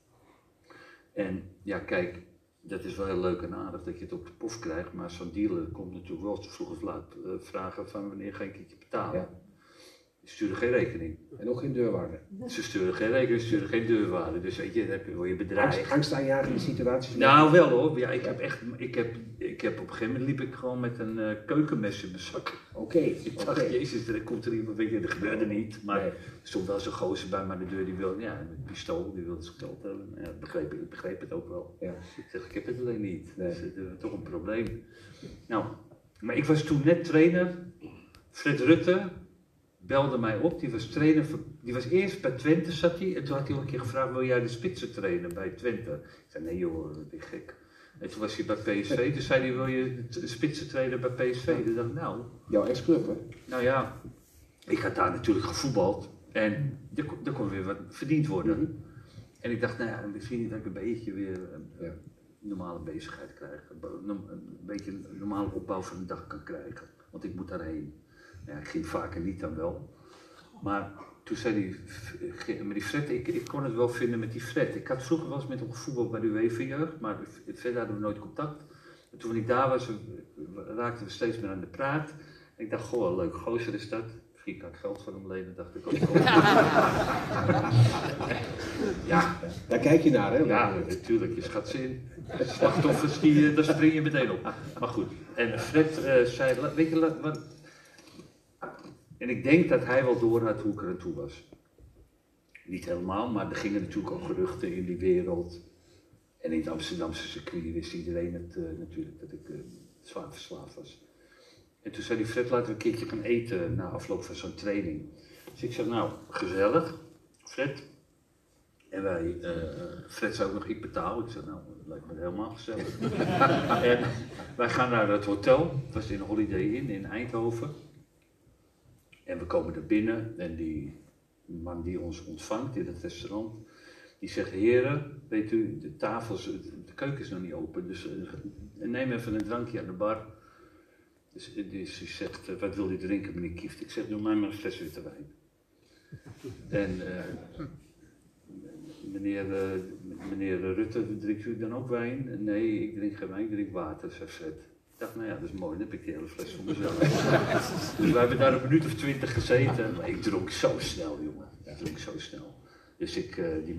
En ja, kijk, dat is wel heel leuk en aardig dat je het op de pof krijgt, maar zo'n dealer komt natuurlijk wel te vroeg of laat uh, vragen van wanneer ga ik het je betalen. Ja. Die sturen geen rekening. En ook geen deurwaarde. Ze sturen geen rekening, ze sturen geen deurwaarde. Dus weet je, dan heb je wel je bedrijf. Angst, angstaanjagende situaties. Nou, wel hoor. Ja, ik heb echt, ik heb, ik heb op een gegeven moment liep ik gewoon met een uh, keukenmes in mijn zak. Oké, Ik dacht, oké. jezus, er komt er iemand, weet je, dat gebeurde niet. Maar Nee. er stond wel zo'n gozer bij mij aan de deur, die wilde, ja, met een pistool, die wilde zijn geld hebben. Ja, ik begreep, ik begreep het ook wel. Ja. Ik zeg, ik heb het alleen niet. Nee. Dus het is toch een probleem. Nou, maar ik was toen net trainer. Fred Rutte belde mij op, die was trainer, voor, die was eerst bij Twente zat hij en toen had hij ook een keer gevraagd, wil jij de spitsen trainen bij Twente? Ik zei, nee joh, dat ben ik gek. En toen was hij bij P S V, toen zei hij, wil je de spitsen trainen bij P S V? Toen dacht ik, nou, Jouw ex-club, hè? nou ja, ik had daar natuurlijk gevoetbald en er, kon- er kon weer wat verdiend worden. Mhm. En ik dacht, nou ja, misschien dat ik een beetje weer een Ja. normale bezigheid krijg, een, een beetje een normale opbouw van de dag kan krijgen, want ik moet daarheen. Ja, ik ging vaker niet dan wel. Maar toen zei die, met die Fred, ik, ik kon het wel vinden met die Fred. Ik had vroeger wel eens met hem gevoetbald bij de U E V jeugd, maar verder hadden we nooit contact. En toen ik daar was, raakten we steeds meer aan de praat. En ik dacht, goh, een leuk gozer is dat. Misschien kan ik geld van hem lenen, dacht ik ook. Ja, Daar kijk je naar, hè? ja, natuurlijk, je schat ze in. Slachtoffers, die, eh, daar spring je meteen op. Maar goed, en Fred uh, zei, la- weet je la- wat... En ik denk dat hij wel door had hoe ik er aan toe was. Niet helemaal, maar er gingen natuurlijk ook geruchten in die wereld. En in het Amsterdamse circuit wist iedereen het uh, natuurlijk dat ik uh, zwaar verslaafd was. En toen zei die Fred, laten we een keertje gaan eten na afloop van zo'n training. Dus ik zeg, nou, gezellig, Fred. En wij, uh, Fred zei ook nog, ik betaal. Ik zeg, nou, dat lijkt me helemaal gezellig. En wij gaan naar het hotel, het was in Holiday Inn in Eindhoven. En we komen er binnen en die man die ons ontvangt in het restaurant, die zegt, heren, weet u, de tafels, de keuken is nog niet open, dus uh, neem even een drankje aan de bar. Dus, dus hij zegt, uh, wat wil u drinken, meneer Kieft? Ik zeg, doe mij maar een fles witte wijn. En uh, meneer, uh, meneer Rutte, drinkt u dan ook wijn? Nee, ik drink geen wijn, ik drink water, zei Fred. Ik dacht, nou ja, dat is mooi, dan heb ik die hele fles voor mezelf. Dus wij hebben daar een minuut of twintig gezeten, maar ik dronk zo snel, jongen. Ik dronk zo snel. Dus ik, uh, die